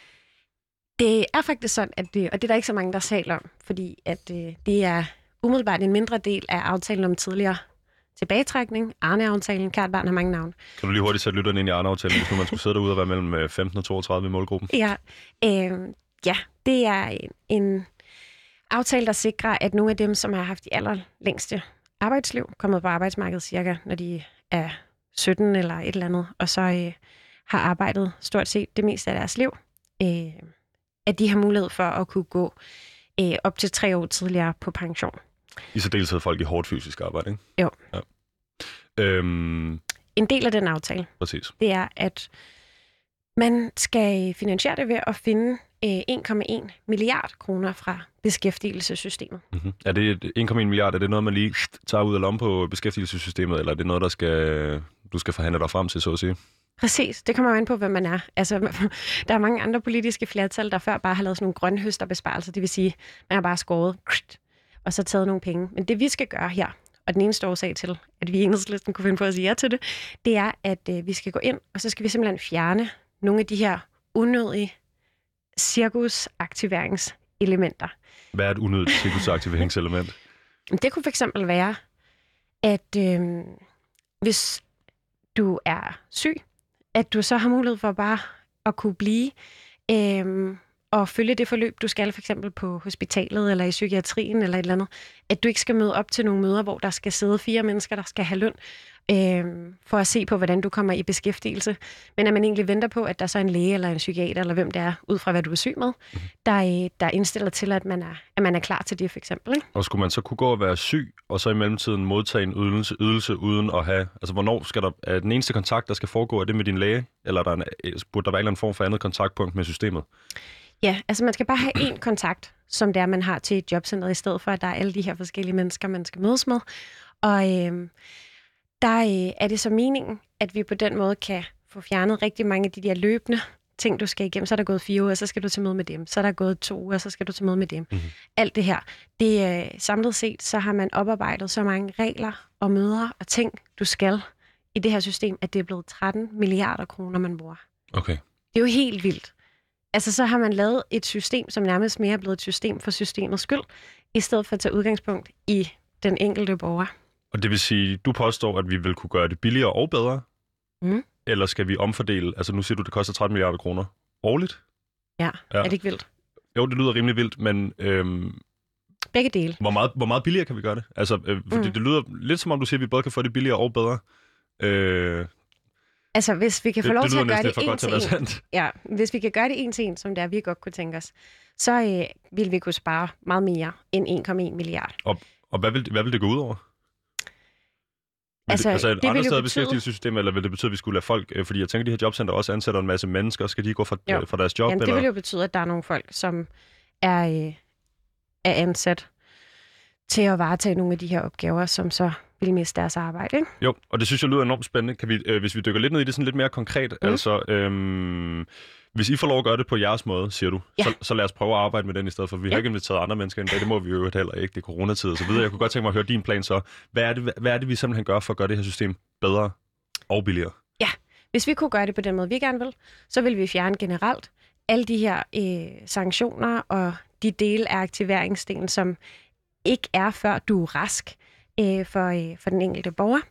Speaker 2: Det er faktisk sådan, og det er der ikke så mange, der taler om, fordi at det er umiddelbart en mindre del af aftalen om tidligere tilbagetrækning, Arne-aftalen, kært barn har mange navne. Kan
Speaker 1: du lige hurtigt sætte lytterne ind i Arne-aftalen, hvis nu man skulle sidde derude og være mellem 15 og 32 i målgruppen?
Speaker 2: Ja, det er en aftale, der sikrer, at nogle af dem, som har haft de allerlængste arbejdsliv, kommet på arbejdsmarkedet cirka, når de er 17 eller et eller andet, og så har arbejdet stort set det meste af deres liv, at de har mulighed for at kunne gå op til 3 år tidligere på pension.
Speaker 1: I så deltager folk i hårdt fysisk arbejde, ikke?
Speaker 2: Jo.
Speaker 1: Ja.
Speaker 2: En del af den aftale,
Speaker 1: Præcis.
Speaker 2: det er, at man skal finansiere det ved at finde 1,1 milliard kroner fra beskæftigelsessystemet.
Speaker 1: Mm-hmm. Er det 1,1 milliard, er det noget, man lige tager ud af lommen på beskæftigelsessystemet, eller er det noget, du skal forhandle dig frem til, så at sige?
Speaker 2: Præcis, det kommer an på, hvem man er. Altså, der er mange andre politiske flertal, der før bare har lavet sådan nogle grønhøsterbesparelser, det vil sige, man har bare skåret og så taget nogle penge. Men det vi skal gøre her, og den eneste årsag til, at vi i Enhedslisten kunne finde på at sige ja til det, det er, at vi skal gå ind, og så skal vi simpelthen fjerne nogle af de her unødige cirkusaktiveringselementer.
Speaker 1: Hvad er et unødigt cirkusaktiveringselement?
Speaker 2: Det kunne fx være, at hvis du er syg, at du så har mulighed for bare at kunne blive og følge det forløb, du skal for eksempel på hospitalet eller i psykiatrien eller et eller andet. At du ikke skal møde op til nogle møder, hvor der skal sidde 4 mennesker, der skal have løn, for at se på, hvordan du kommer i beskæftigelse. Men at man egentlig venter på, at der så er en læge eller en psykiater, eller hvem det er, ud fra hvad du er syg med, der indstiller til, at man er klar til det, for eksempel. Ikke?
Speaker 1: Og skulle man så kunne gå og være syg, og så i mellemtiden modtage en ydelse uden at have... Altså, hvornår skal der... Er den eneste kontakt, der skal foregå, er det med din læge? Eller burde der være en eller anden form for andet kontaktpunkt med systemet?
Speaker 2: Ja, altså man skal bare have én kontakt, som det er, man har til et jobcenter, i stedet for, at der er alle de her forskellige mennesker, man skal mødes med. Og der er det så meningen, at vi på den måde kan få fjernet rigtig mange af de der løbende ting, du skal igennem. Så er der gået 4 uger, så skal du til møde med dem. Så er der gået 2 uger, så skal du til møde med dem. Mm-hmm. Alt det her. Det samlet set, så har man oparbejdet så mange regler og møder og ting, du skal i det her system, at det er blevet 13 milliarder kroner, man bruger.
Speaker 1: Okay.
Speaker 2: Det er jo helt vildt. Altså, så har man lavet et system, som nærmest mere er blevet et system for systemets skyld, i stedet for at tage udgangspunkt i den enkelte borger. Og
Speaker 1: det vil sige, du påstår, at vi vil kunne gøre det billigere og bedre? Mm. Eller skal vi omfordele? Altså, nu siger du, det koster 13 milliarder kroner årligt?
Speaker 2: Ja, er det ikke vildt?
Speaker 1: Jo, det lyder rimelig vildt, men...
Speaker 2: Begge dele.
Speaker 1: Hvor meget billigere kan vi gøre det? Altså, fordi det lyder lidt som om, du siger, at vi både kan få det billigere og bedre.
Speaker 2: Altså, hvis vi kan få lov til at gøre det en til en,
Speaker 1: ja,
Speaker 2: hvis vi kan gøre det en til en, som det er, vi godt kunne tænke os, så vil vi kunne spare meget mere end 1,1 milliard.
Speaker 1: Og hvad vil det gå ud over? Altså et andet sted beskæftigelsessystem, eller vil det betyde, at vi skulle lade folk... Fordi jeg tænker, at de her jobcenter også ansætter en masse mennesker. Skal de gå fra deres job?
Speaker 2: Jamen, det vil jo betyde, at der er nogle folk, som er ansat til at varetage nogle af de her opgaver, som så vil miste deres arbejde, ikke?
Speaker 1: Jo, og det synes jeg lyder enormt spændende. Kan vi, hvis vi dykker lidt ned i det sådan lidt mere konkret, altså... hvis I får lov at gøre det på jeres måde, siger du, så lad os prøve at arbejde med den i stedet for. Vi har ikke inviteret andre mennesker ind i dag, det må vi jo heller ikke, det er coronatid og så videre. Jeg kunne godt tænke mig at høre din plan så. Hvad er det, vi simpelthen gør for at gøre det her system bedre og billigere? Ja,
Speaker 2: hvis vi kunne gøre det på den måde, vi gerne vil, så vil vi fjerne generelt alle de her sanktioner og de dele af aktiveringsdelen, som ikke er, før du er rask for den enkelte borger.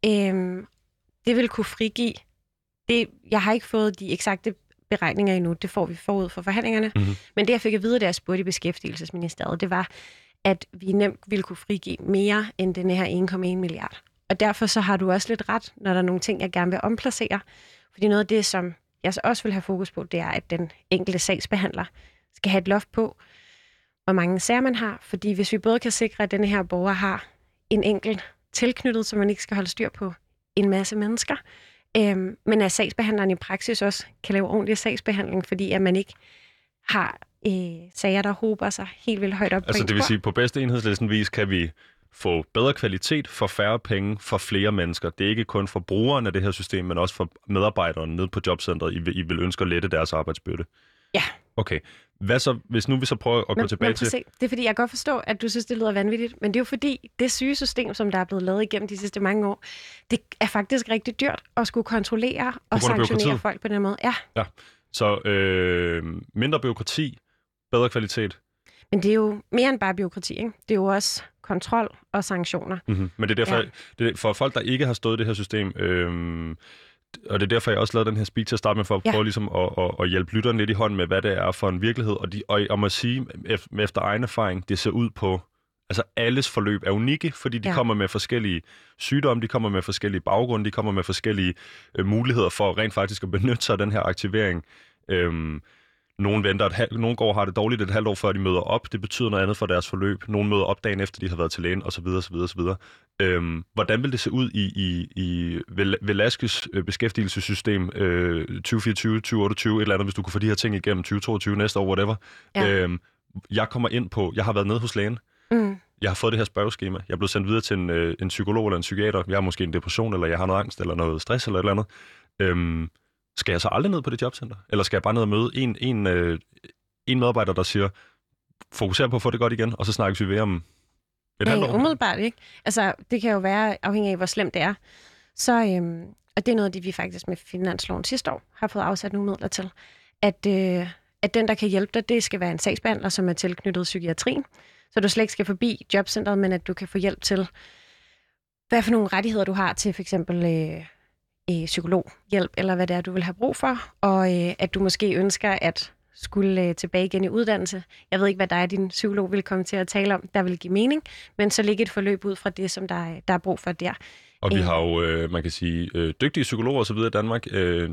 Speaker 2: Det vil kunne frigive det. Jeg har ikke fået de eksakte beregninger endnu, det får vi forud for forhandlingerne. Mm-hmm. Men det, jeg fik at vide, da jeg spurgte i Beskæftigelsesministeriet, det var, at vi nemt ville kunne frigive mere end denne her 1,1 milliard. Og derfor så har du også lidt ret, når der er nogle ting, jeg gerne vil omplacere. Fordi noget af det, som jeg så også vil have fokus på, det er, at den enkelte sagsbehandler skal have et loft på, hvor mange sager man har. Fordi hvis vi både kan sikre, at denne her borger har en enkelt tilknyttet, så man ikke skal holde styr på en masse mennesker, men at sagsbehandleren i praksis også kan lave ordentlig sagsbehandling, fordi at man ikke har sager, der hober sig helt vildt højt op.
Speaker 1: Altså det vil sige, på bedste enhedslistenvis kan vi få bedre kvalitet for færre penge for flere mennesker. Det er ikke kun for brugerne af det her system, men også for medarbejderne nede på jobcentret. I vil ønske at lette deres arbejdsbyrde.
Speaker 2: Ja.
Speaker 1: Okay. Hvad så, hvis nu vi så prøver at gå tilbage til...
Speaker 2: Se. Det er fordi, jeg kan godt forstå, at du synes, det lyder vanvittigt, men det er jo fordi, det syge system, som der er blevet lavet igennem de sidste mange år, det er faktisk rigtig dyrt at skulle kontrollere og sanktionere folk på den måde. Ja.
Speaker 1: Så mindre bureaukrati, bedre kvalitet.
Speaker 2: Men det er jo mere end bare bureaukrati, ikke? Det er jo også kontrol og sanktioner.
Speaker 1: Mm-hmm. Men det er derfor, det er for folk, der ikke har stået i det her system... Og det er derfor, jeg også lavede den her speech til at starte med, for at prøve ligesom at hjælpe lytteren lidt i hånden med, hvad det er for en virkelighed. Og må sige, efter egen erfaring, det ser ud på Altså alles forløb er unikke, fordi de kommer med forskellige sygdomme, de kommer med forskellige baggrunde, de kommer med forskellige muligheder for rent faktisk at benytte sig af den her aktivering. Nogle går har det dårligt et halvt år før de møder op. Det betyder noget andet for deres forløb. Nogle møder op dagen efter, de har været til lægen, osv. osv. Hvordan vil det se ud i Velasquez beskæftigelsessystem 2024, 2028, et eller andet, hvis du kunne få de her ting igennem 2022 næste år, whatever. Ja. Jeg kommer ind på, jeg har været nede hos lægen. Jeg har fået det her spørgeskema. Jeg er blevet sendt videre til en psykolog eller en psykiater. Jeg har måske en depression, eller jeg har noget angst, eller noget stress, eller et eller andet. Skal jeg så aldrig ned på det jobcenter? Eller skal jeg bare ned og møde en medarbejder, der siger, fokuser på at få det godt igen, og så snakkes vi ved om et halvt år?
Speaker 2: Nej, umiddelbart ikke. Altså, det kan jo være afhængig af, hvor slemt det er. Så, og det er noget af det, vi faktisk med finansloven sidste år har fået afsat nogle midler til. At den, der kan hjælpe dig, det skal være en sagsbehandler, som er tilknyttet psykiatrien. Så du slet ikke skal forbi jobcentret, men at du kan få hjælp til, hvad for nogle rettigheder du har til for eksempel psykologhjælp, eller hvad det er, du vil have brug for, og at du måske ønsker at skulle tilbage igen i uddannelse. Jeg ved ikke, hvad dig og din psykolog vil komme til at tale om, der vil give mening, men så ligger et forløb ud fra det, som der er brug for der.
Speaker 1: Og vi har jo, man kan sige, dygtige psykologer og så videre i Danmark.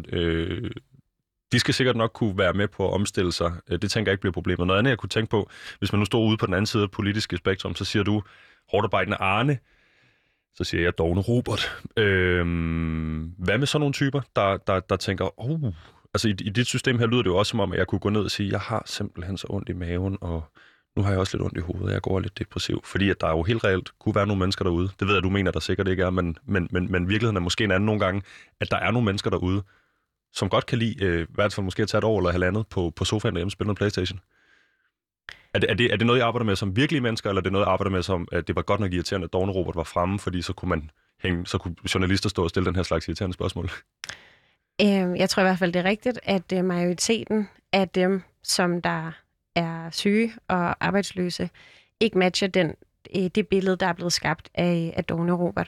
Speaker 1: De skal sikkert nok kunne være med på at omstille sig. Det tænker jeg ikke bliver problemet. Noget andet, jeg kunne tænke på, hvis man nu står ude på den anden side af det politiske spektrum, så siger du, hårdarbejdende Arne, så siger jeg dovne Robert. Hvad med sådan nogle typer, der tænker, altså i dit system her lyder det jo også som om, at jeg kunne gå ned og sige, jeg har simpelthen så ondt i maven, og nu har jeg også lidt ondt i hovedet, jeg går lidt depressiv. Fordi at der jo helt reelt kunne være nogle mennesker derude. Det ved jeg, du mener, der sikkert ikke er, men virkeligheden er måske en anden nogle gange, at der er nogle mennesker derude, som godt kan lide, i hvert fald måske at tage et år eller halvandet på sofaen derhjemme og spille noget PlayStation. Er det noget, I arbejder med som virkelige mennesker, eller er det noget, I arbejder med som, at det var godt nok irriterende, at Dovne Robert var fremme, fordi så kunne journalister stå og stille den her slags irriterende spørgsmål?
Speaker 2: Jeg tror i hvert fald, det er rigtigt, at majoriteten af dem, som der er syge og arbejdsløse, ikke matcher det billede, der er blevet skabt af Dovne Robert.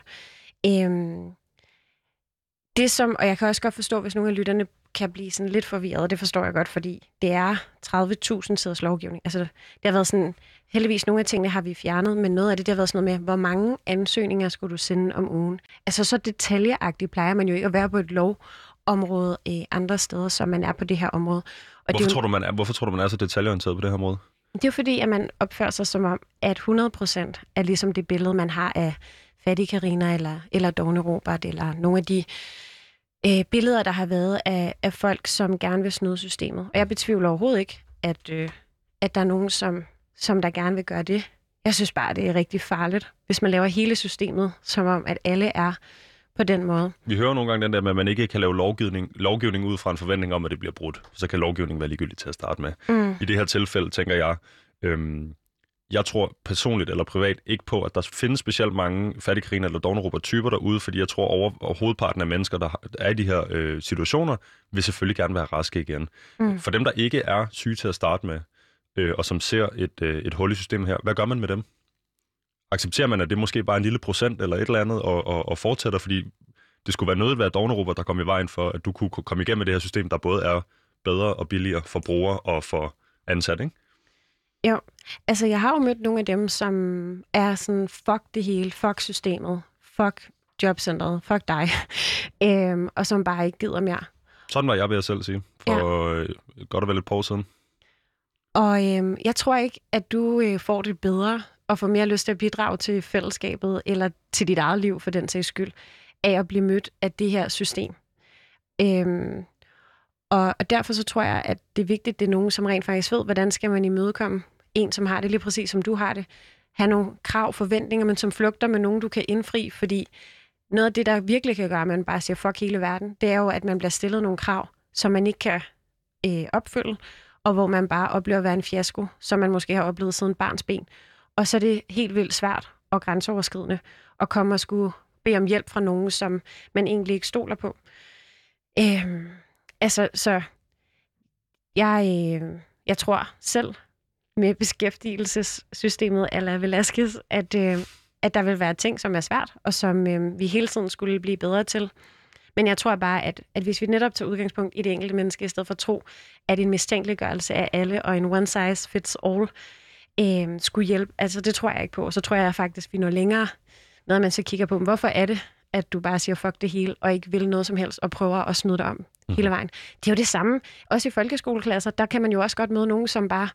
Speaker 2: Og jeg kan også godt forstå, hvis nogle af lytterne kan blive sådan lidt forvirret, det forstår jeg godt, fordi det er 30.000 siders lovgivning. Altså, det har været sådan, heldigvis nogle af tingene har vi fjernet, men noget af det har været sådan noget med, hvor mange ansøgninger skulle du sende om ugen. Altså, så detaljeagtigt plejer man jo ikke at være på et lovområde andre steder, som man er på det her område. Og
Speaker 1: hvorfor tror du, man er så detaljeorienteret på det her område?
Speaker 2: Det er jo fordi, at man opfører sig som om, at 100% er ligesom det billede, man har af Fattig Carina eller Dovne Robert, eller nogle af de billeder, der har været af folk, som gerne vil snyde systemet. Og jeg betvivler overhovedet ikke, at der er nogen, som der gerne vil gøre det. Jeg synes bare, det er rigtig farligt, hvis man laver hele systemet, som om, at alle er på den måde. Vi
Speaker 1: hører nogle gange den der med, at man ikke kan lave lovgivning ud fra en forventning om, at det bliver brudt. Så kan lovgivningen være ligegyldigt til at starte med. I det her tilfælde tænker jeg, jeg tror personligt eller privat ikke på, at der findes specielt mange Fattig Carina eller Dovne Robert typer derude, fordi jeg tror over hovedparten af mennesker, der er i de her situationer, vil selvfølgelig gerne være raske igen. For dem, der ikke er syge til at starte med, og som ser et hul i systemet her, hvad gør man med dem? Accepterer man, at det måske bare er en lille procent eller et eller andet, og fortsætter, fordi det skulle være noget at være Dovne Robert, der kom i vejen for, at du kunne komme igennem med det her system, der både er bedre og billigere for brugere og for ansatte, ikke?
Speaker 2: Jo, altså jeg har jo mødt nogle af dem, som er sådan, fuck det hele, fuck systemet, fuck jobcentret, fuck dig, og som bare ikke gider mere.
Speaker 1: Sådan var jeg ved at selv sige, for godt og vel et par år siden.
Speaker 2: Og jeg tror ikke, at du får det bedre og får mere lyst til at bidrage til fællesskabet, eller til dit eget liv for den sags skyld, af at blive mødt af det her system. Og derfor så tror jeg, at det er vigtigt, at det er nogen, som rent faktisk ved, hvordan skal man imødekomme en, som har det lige præcis, som du har det. Have nogle krav, forventninger, men som flugter med nogen, du kan indfri, fordi noget af det, der virkelig kan gøre, at man bare siger fuck hele verden, det er jo, at man bliver stillet nogle krav, som man ikke kan opfylde, og hvor man bare oplever at være en fiasko, som man måske har oplevet siden barns ben. Og så er det helt vildt svært og grænseoverskridende at komme og skulle bede om hjælp fra nogen, som man egentlig ikke stoler på. Så jeg tror selv med beskæftigelsessystemet eller Velasquez, at der vil være ting, som er svært, og som vi hele tiden skulle blive bedre til. Men jeg tror bare, at hvis vi netop tager udgangspunkt i det enkelte menneske, i stedet for at tro, at en mistænkeliggørelse af alle og en one size fits all, skulle hjælpe. Altså, det tror jeg ikke på. Så tror jeg faktisk, vi når længere, når man så kigger på, hvorfor er det, at du bare siger fuck det hele, og ikke vil noget som helst, og prøver at snyde dig om hele vejen. Det er jo det samme. Også i folkeskoleklasser, der kan man jo også godt møde nogen, som bare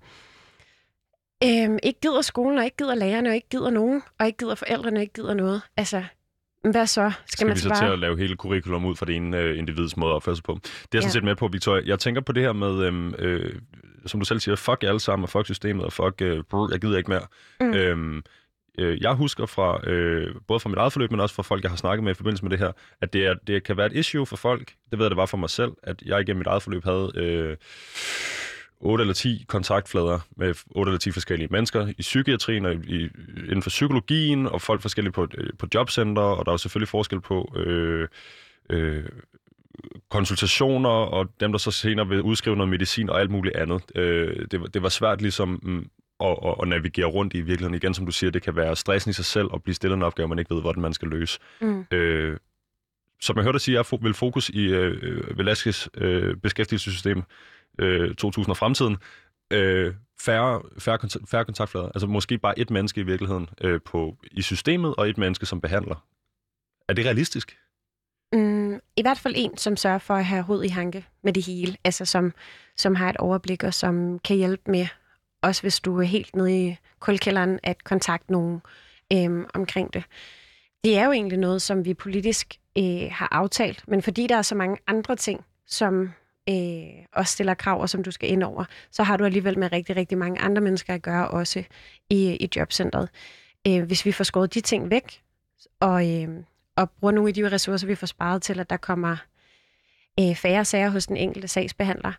Speaker 2: ikke gider skolen, og ikke gider lærerne, og ikke gider nogen, og ikke gider forældrene, og ikke gider noget. Altså, hvad så? Skal man
Speaker 1: vi så
Speaker 2: bare
Speaker 1: til at lave hele curriculum ud fra det ene individs måde at opføre sig på? Det er jeg sådan set med på, Victoria. Jeg tænker på det her med, som du selv siger, fuck alle sammen, og fuck systemet, og fuck, jeg gider ikke mere. Jeg husker fra, både fra mit eget forløb, men også fra folk, jeg har snakket med i forbindelse med det her, at det kan være et issue for folk. Det ved jeg, det var for mig selv, at jeg igennem mit eget forløb havde 8 eller 10 kontaktflader med 8 eller 10 forskellige mennesker i psykiatrien og inden for psykologien, og folk forskellige på jobcenter, og der er jo selvfølgelig forskel på konsultationer, og dem, der så senere vil udskrive noget medicin og alt muligt andet. Det var svært ligesom at navigere rundt i virkeligheden. Igen, som du siger, det kan være stressen i sig selv at blive stillet en opgave, man ikke ved, hvordan man skal løse. Som jeg hørte dig sige, jeg vil fokus i Velasquez beskæftigelsessystem 2000 og fremtiden. Færre kontaktflader. Altså måske bare et menneske i virkeligheden i systemet, og et menneske, som behandler. Er det realistisk?
Speaker 2: I hvert fald en, som sørger for at have hoved i hanke med det hele. Altså som har et overblik, og som kan hjælpe med, også hvis du er helt nede i kulkælderen, at kontakte nogen omkring det. Det er jo egentlig noget, som vi politisk har aftalt, men fordi der er så mange andre ting, som også stiller krav, og som du skal ind over, så har du alligevel med rigtig, rigtig mange andre mennesker at gøre også i jobcentret. Hvis vi får skåret de ting væk, og bruger nogle af de ressourcer, vi får sparet til, at der kommer færre sager hos den enkelte sagsbehandler,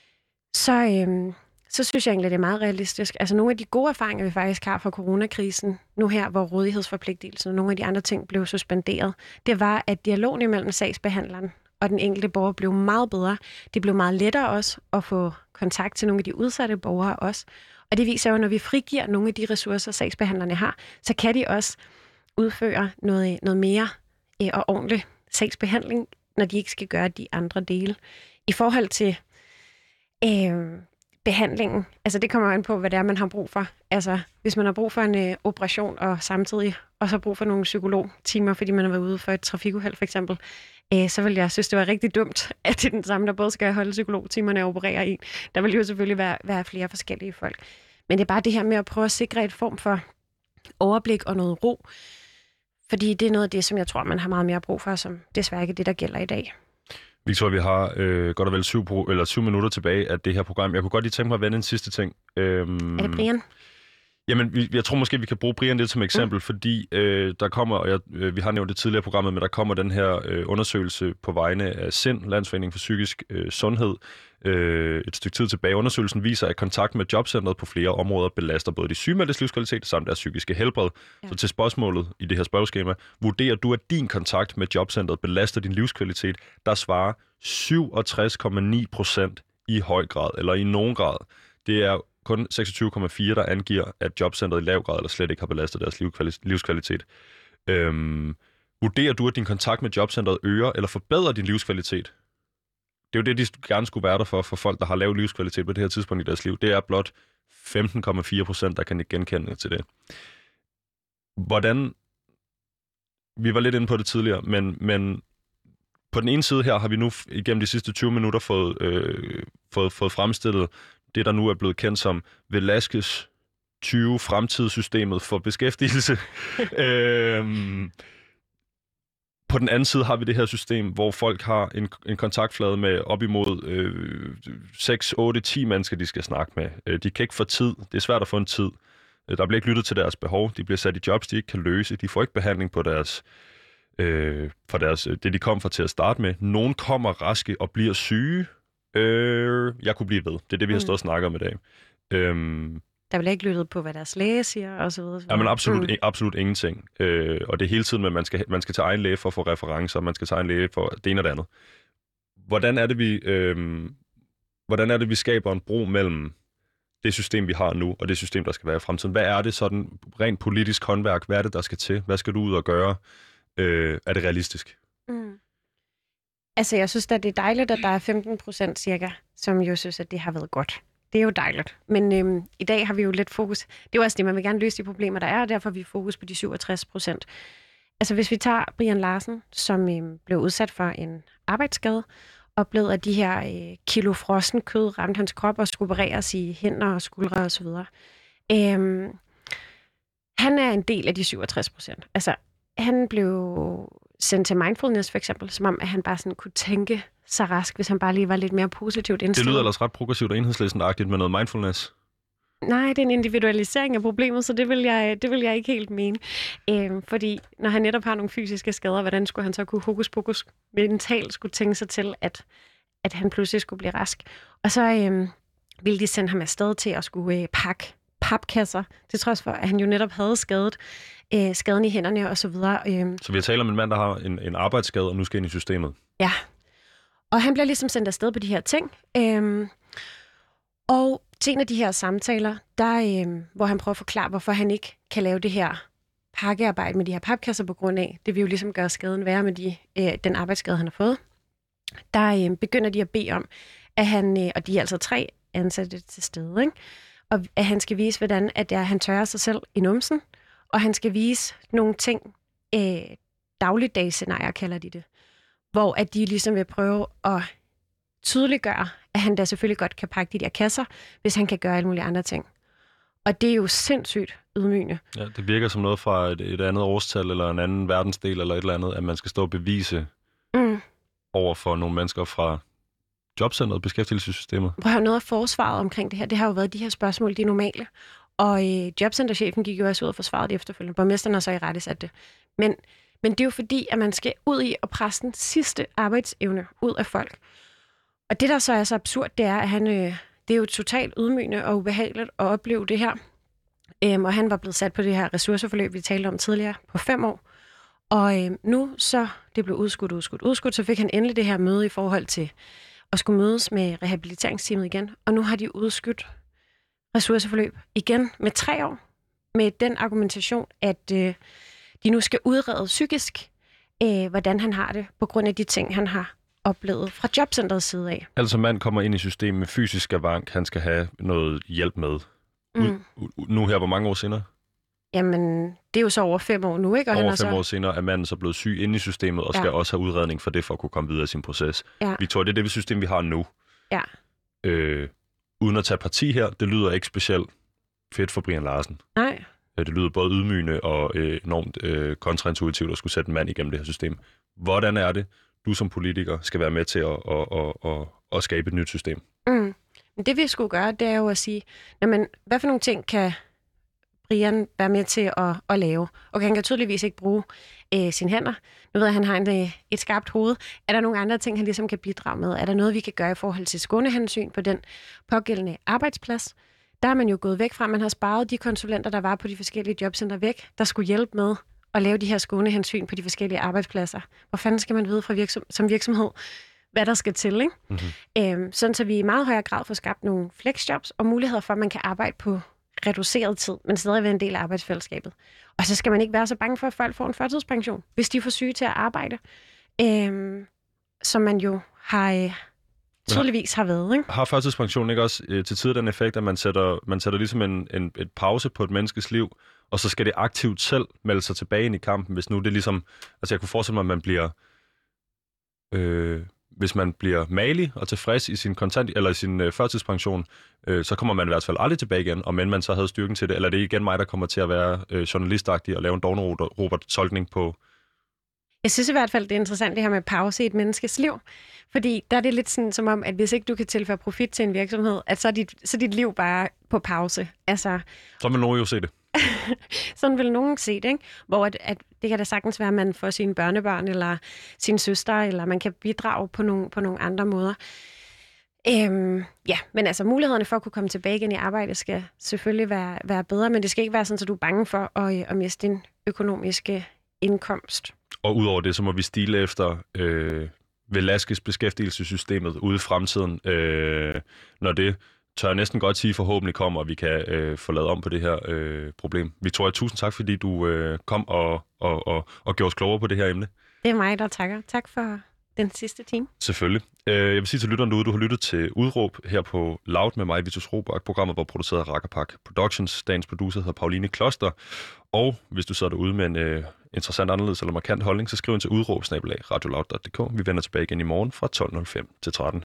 Speaker 2: så synes jeg egentlig, det er meget realistisk. Altså nogle af de gode erfaringer, vi faktisk har fra coronakrisen, nu her, hvor rådighedsforpligtelsen og nogle af de andre ting blev suspenderet, det var, at dialogen imellem sagsbehandleren og den enkelte borger blev meget bedre. Det blev meget lettere også at få kontakt til nogle af de udsatte borgere også. Og det viser jo, når vi frigiver nogle af de ressourcer, sagsbehandlerne har, så kan de også udføre noget mere og ordentlig sagsbehandling, når de ikke skal gøre de andre dele. I forhold til behandlingen, altså det kommer an på, hvad det er, man har brug for. Altså hvis man har brug for en operation, og samtidig også har brug for nogle psykologtimer, fordi man har været ude for et trafikuheld for eksempel, så vil jeg synes, det var rigtig dumt, at det er den samme, der både skal holde psykologtimerne og operere en. Der vil jo selvfølgelig være flere forskellige folk. Men det er bare det her med at prøve at sikre et form for overblik og noget ro, fordi det er noget af det, som jeg tror, man har meget mere brug for, som desværre ikke er det, der gælder i dag.
Speaker 1: Victoria, vi har godt og vel 7 minutter tilbage af det her program. Jeg kunne godt lige tænke mig at vende en sidste ting.
Speaker 2: Er det Brian?
Speaker 1: Jamen, jeg tror måske, vi kan bruge Brian lidt som eksempel, fordi der kommer, og vi har nævnt det tidligere i programmet, men der kommer den her undersøgelse på vegne af SIND, Landsforeningen for Psykisk Sundhed, et stykke tid tilbage. Undersøgelsen viser, at kontakt med jobcentret på flere områder belaster både de sygemeldtes livskvalitet samt deres psykiske helbred. Ja. Så til spørgsmålet i det her spørgeskema, vurderer du, at din kontakt med jobcentret belaster din livskvalitet? Der svarer 67,9% i høj grad, eller i nogen grad. Det er kun 26,4, der angiver, at jobcentret i lav grad eller slet ikke har belastet deres livskvalitet. Vurderer du, at din kontakt med jobcentret øger eller forbedrer din livskvalitet? Det er jo det, de gerne skulle være der for folk, der har lav livskvalitet på det her tidspunkt i deres liv. Det er blot 15,4%, der kan ikke genkende til det. Hvordan... Vi var lidt inde på det tidligere, men på den ene side her har vi nu igennem de sidste 20 minutter fået fremstillet det, der nu er blevet kendt som Velasquez 20 fremtidssystemet for beskæftigelse. På den anden side har vi det her system, hvor folk har en kontaktflade med op imod 6, 8, 10 mennesker, de skal snakke med. De kan ikke få tid. Det er svært at få en tid. Der bliver ikke lyttet til deres behov. De bliver sat i jobs, de ikke kan løse. De får ikke behandling på det, de kom for til at starte med. Nogen kommer raske og bliver syge. Jeg kunne blive ved. Det er det, vi har stået og snakket om i dag.
Speaker 2: Der bliver ikke lyttet på, hvad deres læge siger, og så videre.
Speaker 1: Ja, men absolut ingenting. Og det er hele tiden, at man skal tage egen læge for at få referencer, man skal tage egen læge for det ene og det andet. Hvordan er det, vi skaber en bro mellem det system, vi har nu, og det system, der skal være i fremtiden? Hvad er det sådan rent politisk håndværk? Hvad er det, der skal til? Hvad skal du ud og gøre? Er det realistisk?
Speaker 2: Altså, jeg synes at det er dejligt, at der er 15% cirka, som jo synes, at det har været godt. Det er jo dejligt. Men i dag har vi jo lidt fokus. Det er jo også det, man vil gerne løse de problemer, der er, og derfor har vi fokus på de 67%. Altså hvis vi tager Brian Larsen, som blev udsat for en arbejdsskade, oplevede, at de her kilo frossen kød ramte hans krop og skulle opereres i hænder og skuldre osv. Han er en del af de 67%. Altså, han blev sendt til mindfulness for eksempel, som om, at han bare sådan kunne tænke sig rask, hvis han bare lige var lidt mere positivt indstillet.
Speaker 1: Det lyder ellers ret progressivt og enhedslisten-agtigt med noget mindfulness.
Speaker 2: Nej, det er en individualisering af problemet, så det vil jeg ikke helt mene. Fordi når han netop har nogle fysiske skader, hvordan skulle han så kunne hokus pokus mentalt skulle tænke sig til, at han pludselig skulle blive rask? Og så ville de sende ham afsted til at skulle pakke papkasser, til trods for, at han jo netop havde skaden i hænderne og så videre.
Speaker 1: Så vi har talt om en mand, der har en arbejdsskade, og nu skal ind i systemet.
Speaker 2: Ja, og han bliver ligesom sendt afsted på de her ting. Og til en af de her samtaler, hvor han prøver at forklare, hvorfor han ikke kan lave det her pakkearbejde med de her papkasser på grund af, det vil jo ligesom gøre skaden værre med den arbejdsskade, han har fået. Der begynder de at bede om, at han, og de er altså 3 ansatte til stede, ikke? Og at han skal vise, hvordan at han tørrer sig selv i numsen, og han skal vise nogle ting, dagligdagsscenarier kalder de det, hvor at de ligesom vil prøve at tydeliggøre, at han da selvfølgelig godt kan pakke de der kasser, hvis han kan gøre alle mulige andre ting. Og det er jo sindssygt ydmygende. Ja,
Speaker 1: det virker som noget fra et andet årstal, eller en anden verdensdel, eller et eller andet, at man skal stå og bevise over for nogle mennesker fra jobcentret, beskæftigelsessystemet.
Speaker 2: Prøv at høre, noget af forsvaret omkring det her, det har jo været de her spørgsmål, de er normale. Og jobcenterchefen gik jo også ud og forsvarede det efterfølgende. Borgmesteren har så i rette sat det. Men det er jo fordi, at man skal ud i at presse den sidste arbejdsevne ud af folk. Og det, der så er så absurd, det er, at det er jo totalt ydmygende og ubehageligt at opleve det her. Og han var blevet sat på det her ressourceforløb, vi talte om tidligere, på 5 år. Og nu så, det blev udskudt, så fik han endelig det her møde i forhold til at skulle mødes med rehabiliteringsteamet igen. Og nu har de udskudt ressourceforløb igen med 3 år, med den argumentation, at de nu skal udrede psykisk, hvordan han har det, på grund af de ting, han har oplevet fra jobcenterets side af.
Speaker 1: Altså mand kommer ind i systemet med fysisk skavank, han skal have noget hjælp med. Nu her, hvor mange år senere?
Speaker 2: Jamen, det er jo så over 5 år nu, ikke? Og
Speaker 1: over 5 år senere er manden så blevet syg inde i systemet, og skal også have udredning for det, for at kunne komme videre i sin proces.
Speaker 2: Ja.
Speaker 1: Victoria, det er det system, vi har nu.
Speaker 2: Ja.
Speaker 1: Uden at tage parti her, det lyder ikke specielt fedt for Brian Larsen.
Speaker 2: Nej.
Speaker 1: Det lyder både ydmygende og enormt kontraintuitivt at skulle sætte en mand igennem det her system. Hvordan er det, du som politiker skal være med til at skabe et nyt system?
Speaker 2: Men det vi skulle gøre, det er jo at sige, hvad for nogle ting kan Brian være med til at lave? Og han kan tydeligvis ikke bruge sine hænder. Nu ved jeg, at han har et skarpt hoved. Er der nogle andre ting, han ligesom kan bidrage med? Er der noget, vi kan gøre i forhold til skånehensyn på den pågældende arbejdsplads? Der er man jo gået væk fra. Man har sparet de konsulenter, der var på de forskellige jobcenter væk, der skulle hjælpe med at lave de her skånehensyn på de forskellige arbejdspladser. Hvor fanden skal man vide som virksomhed, hvad der skal til, ikke? Sådan så vi i meget højere grad får skabt nogle flexjobs og muligheder for, at man kan arbejde på reduceret tid, men stadig være en del af arbejdsfællesskabet. Og så skal man ikke være så bange for, at folk får en førtidspension, hvis de er for syge til at arbejde. Som man jo tydeligvis har været, ikke?
Speaker 1: Har førtidspension ikke også til tider den effekt, at man sætter ligesom et pause på et menneskes liv, og så skal det aktivt selv melde sig tilbage ind i kampen, hvis nu det ligesom... Altså jeg kunne forestille mig, at man bliver... hvis man bliver malig og tilfreds i sin sin førtidspension, så kommer man i hvert fald aldrig tilbage igen, og men man så havde styrken til det. Eller det er igen mig, der kommer til at være journalistagtig og lave en Robert-tolkning på...
Speaker 2: Jeg synes i hvert fald, det er interessant det her med pause i et menneskes liv. Fordi der er det lidt sådan som om, at hvis ikke du kan tilføre profit til en virksomhed, at så er dit liv bare på pause. Altså...
Speaker 1: Så vil nogen jo se det.
Speaker 2: Sådan vil nogen se det, ikke? Hvor at det kan da sagtens være, at man får sine børnebørn eller sin søster, eller man kan bidrage på nogle andre måder. Men altså mulighederne for at kunne komme tilbage igen i arbejde skal selvfølgelig være bedre, men det skal ikke være sådan, at du er bange for at miste din økonomiske indkomst.
Speaker 1: Og udover det, så må vi stile efter Velasquez beskæftigelsessystemet ude i fremtiden, når det tør jeg næsten godt sige, forhåbentlig kommer, og vi kan få lavet om på det her problem. Victoria, tusind tak, fordi du kom og gjorde os klogere på det her emne.
Speaker 2: Det er mig, der takker. Tak for den sidste time.
Speaker 1: Selvfølgelig. Jeg vil sige til lytteren derude, du har lyttet til Udråb her på Loud med mig, Vitus Robak. Programmet var produceret af Rakkerpak Productions. Dagens producer hedder Pauline Kloster. Og hvis du sidder derude med en interessant, anderledes eller markant holdning, så skriv ind til udråb@radioloud.dk. Vi vender tilbage igen i morgen fra 12.05 til 13.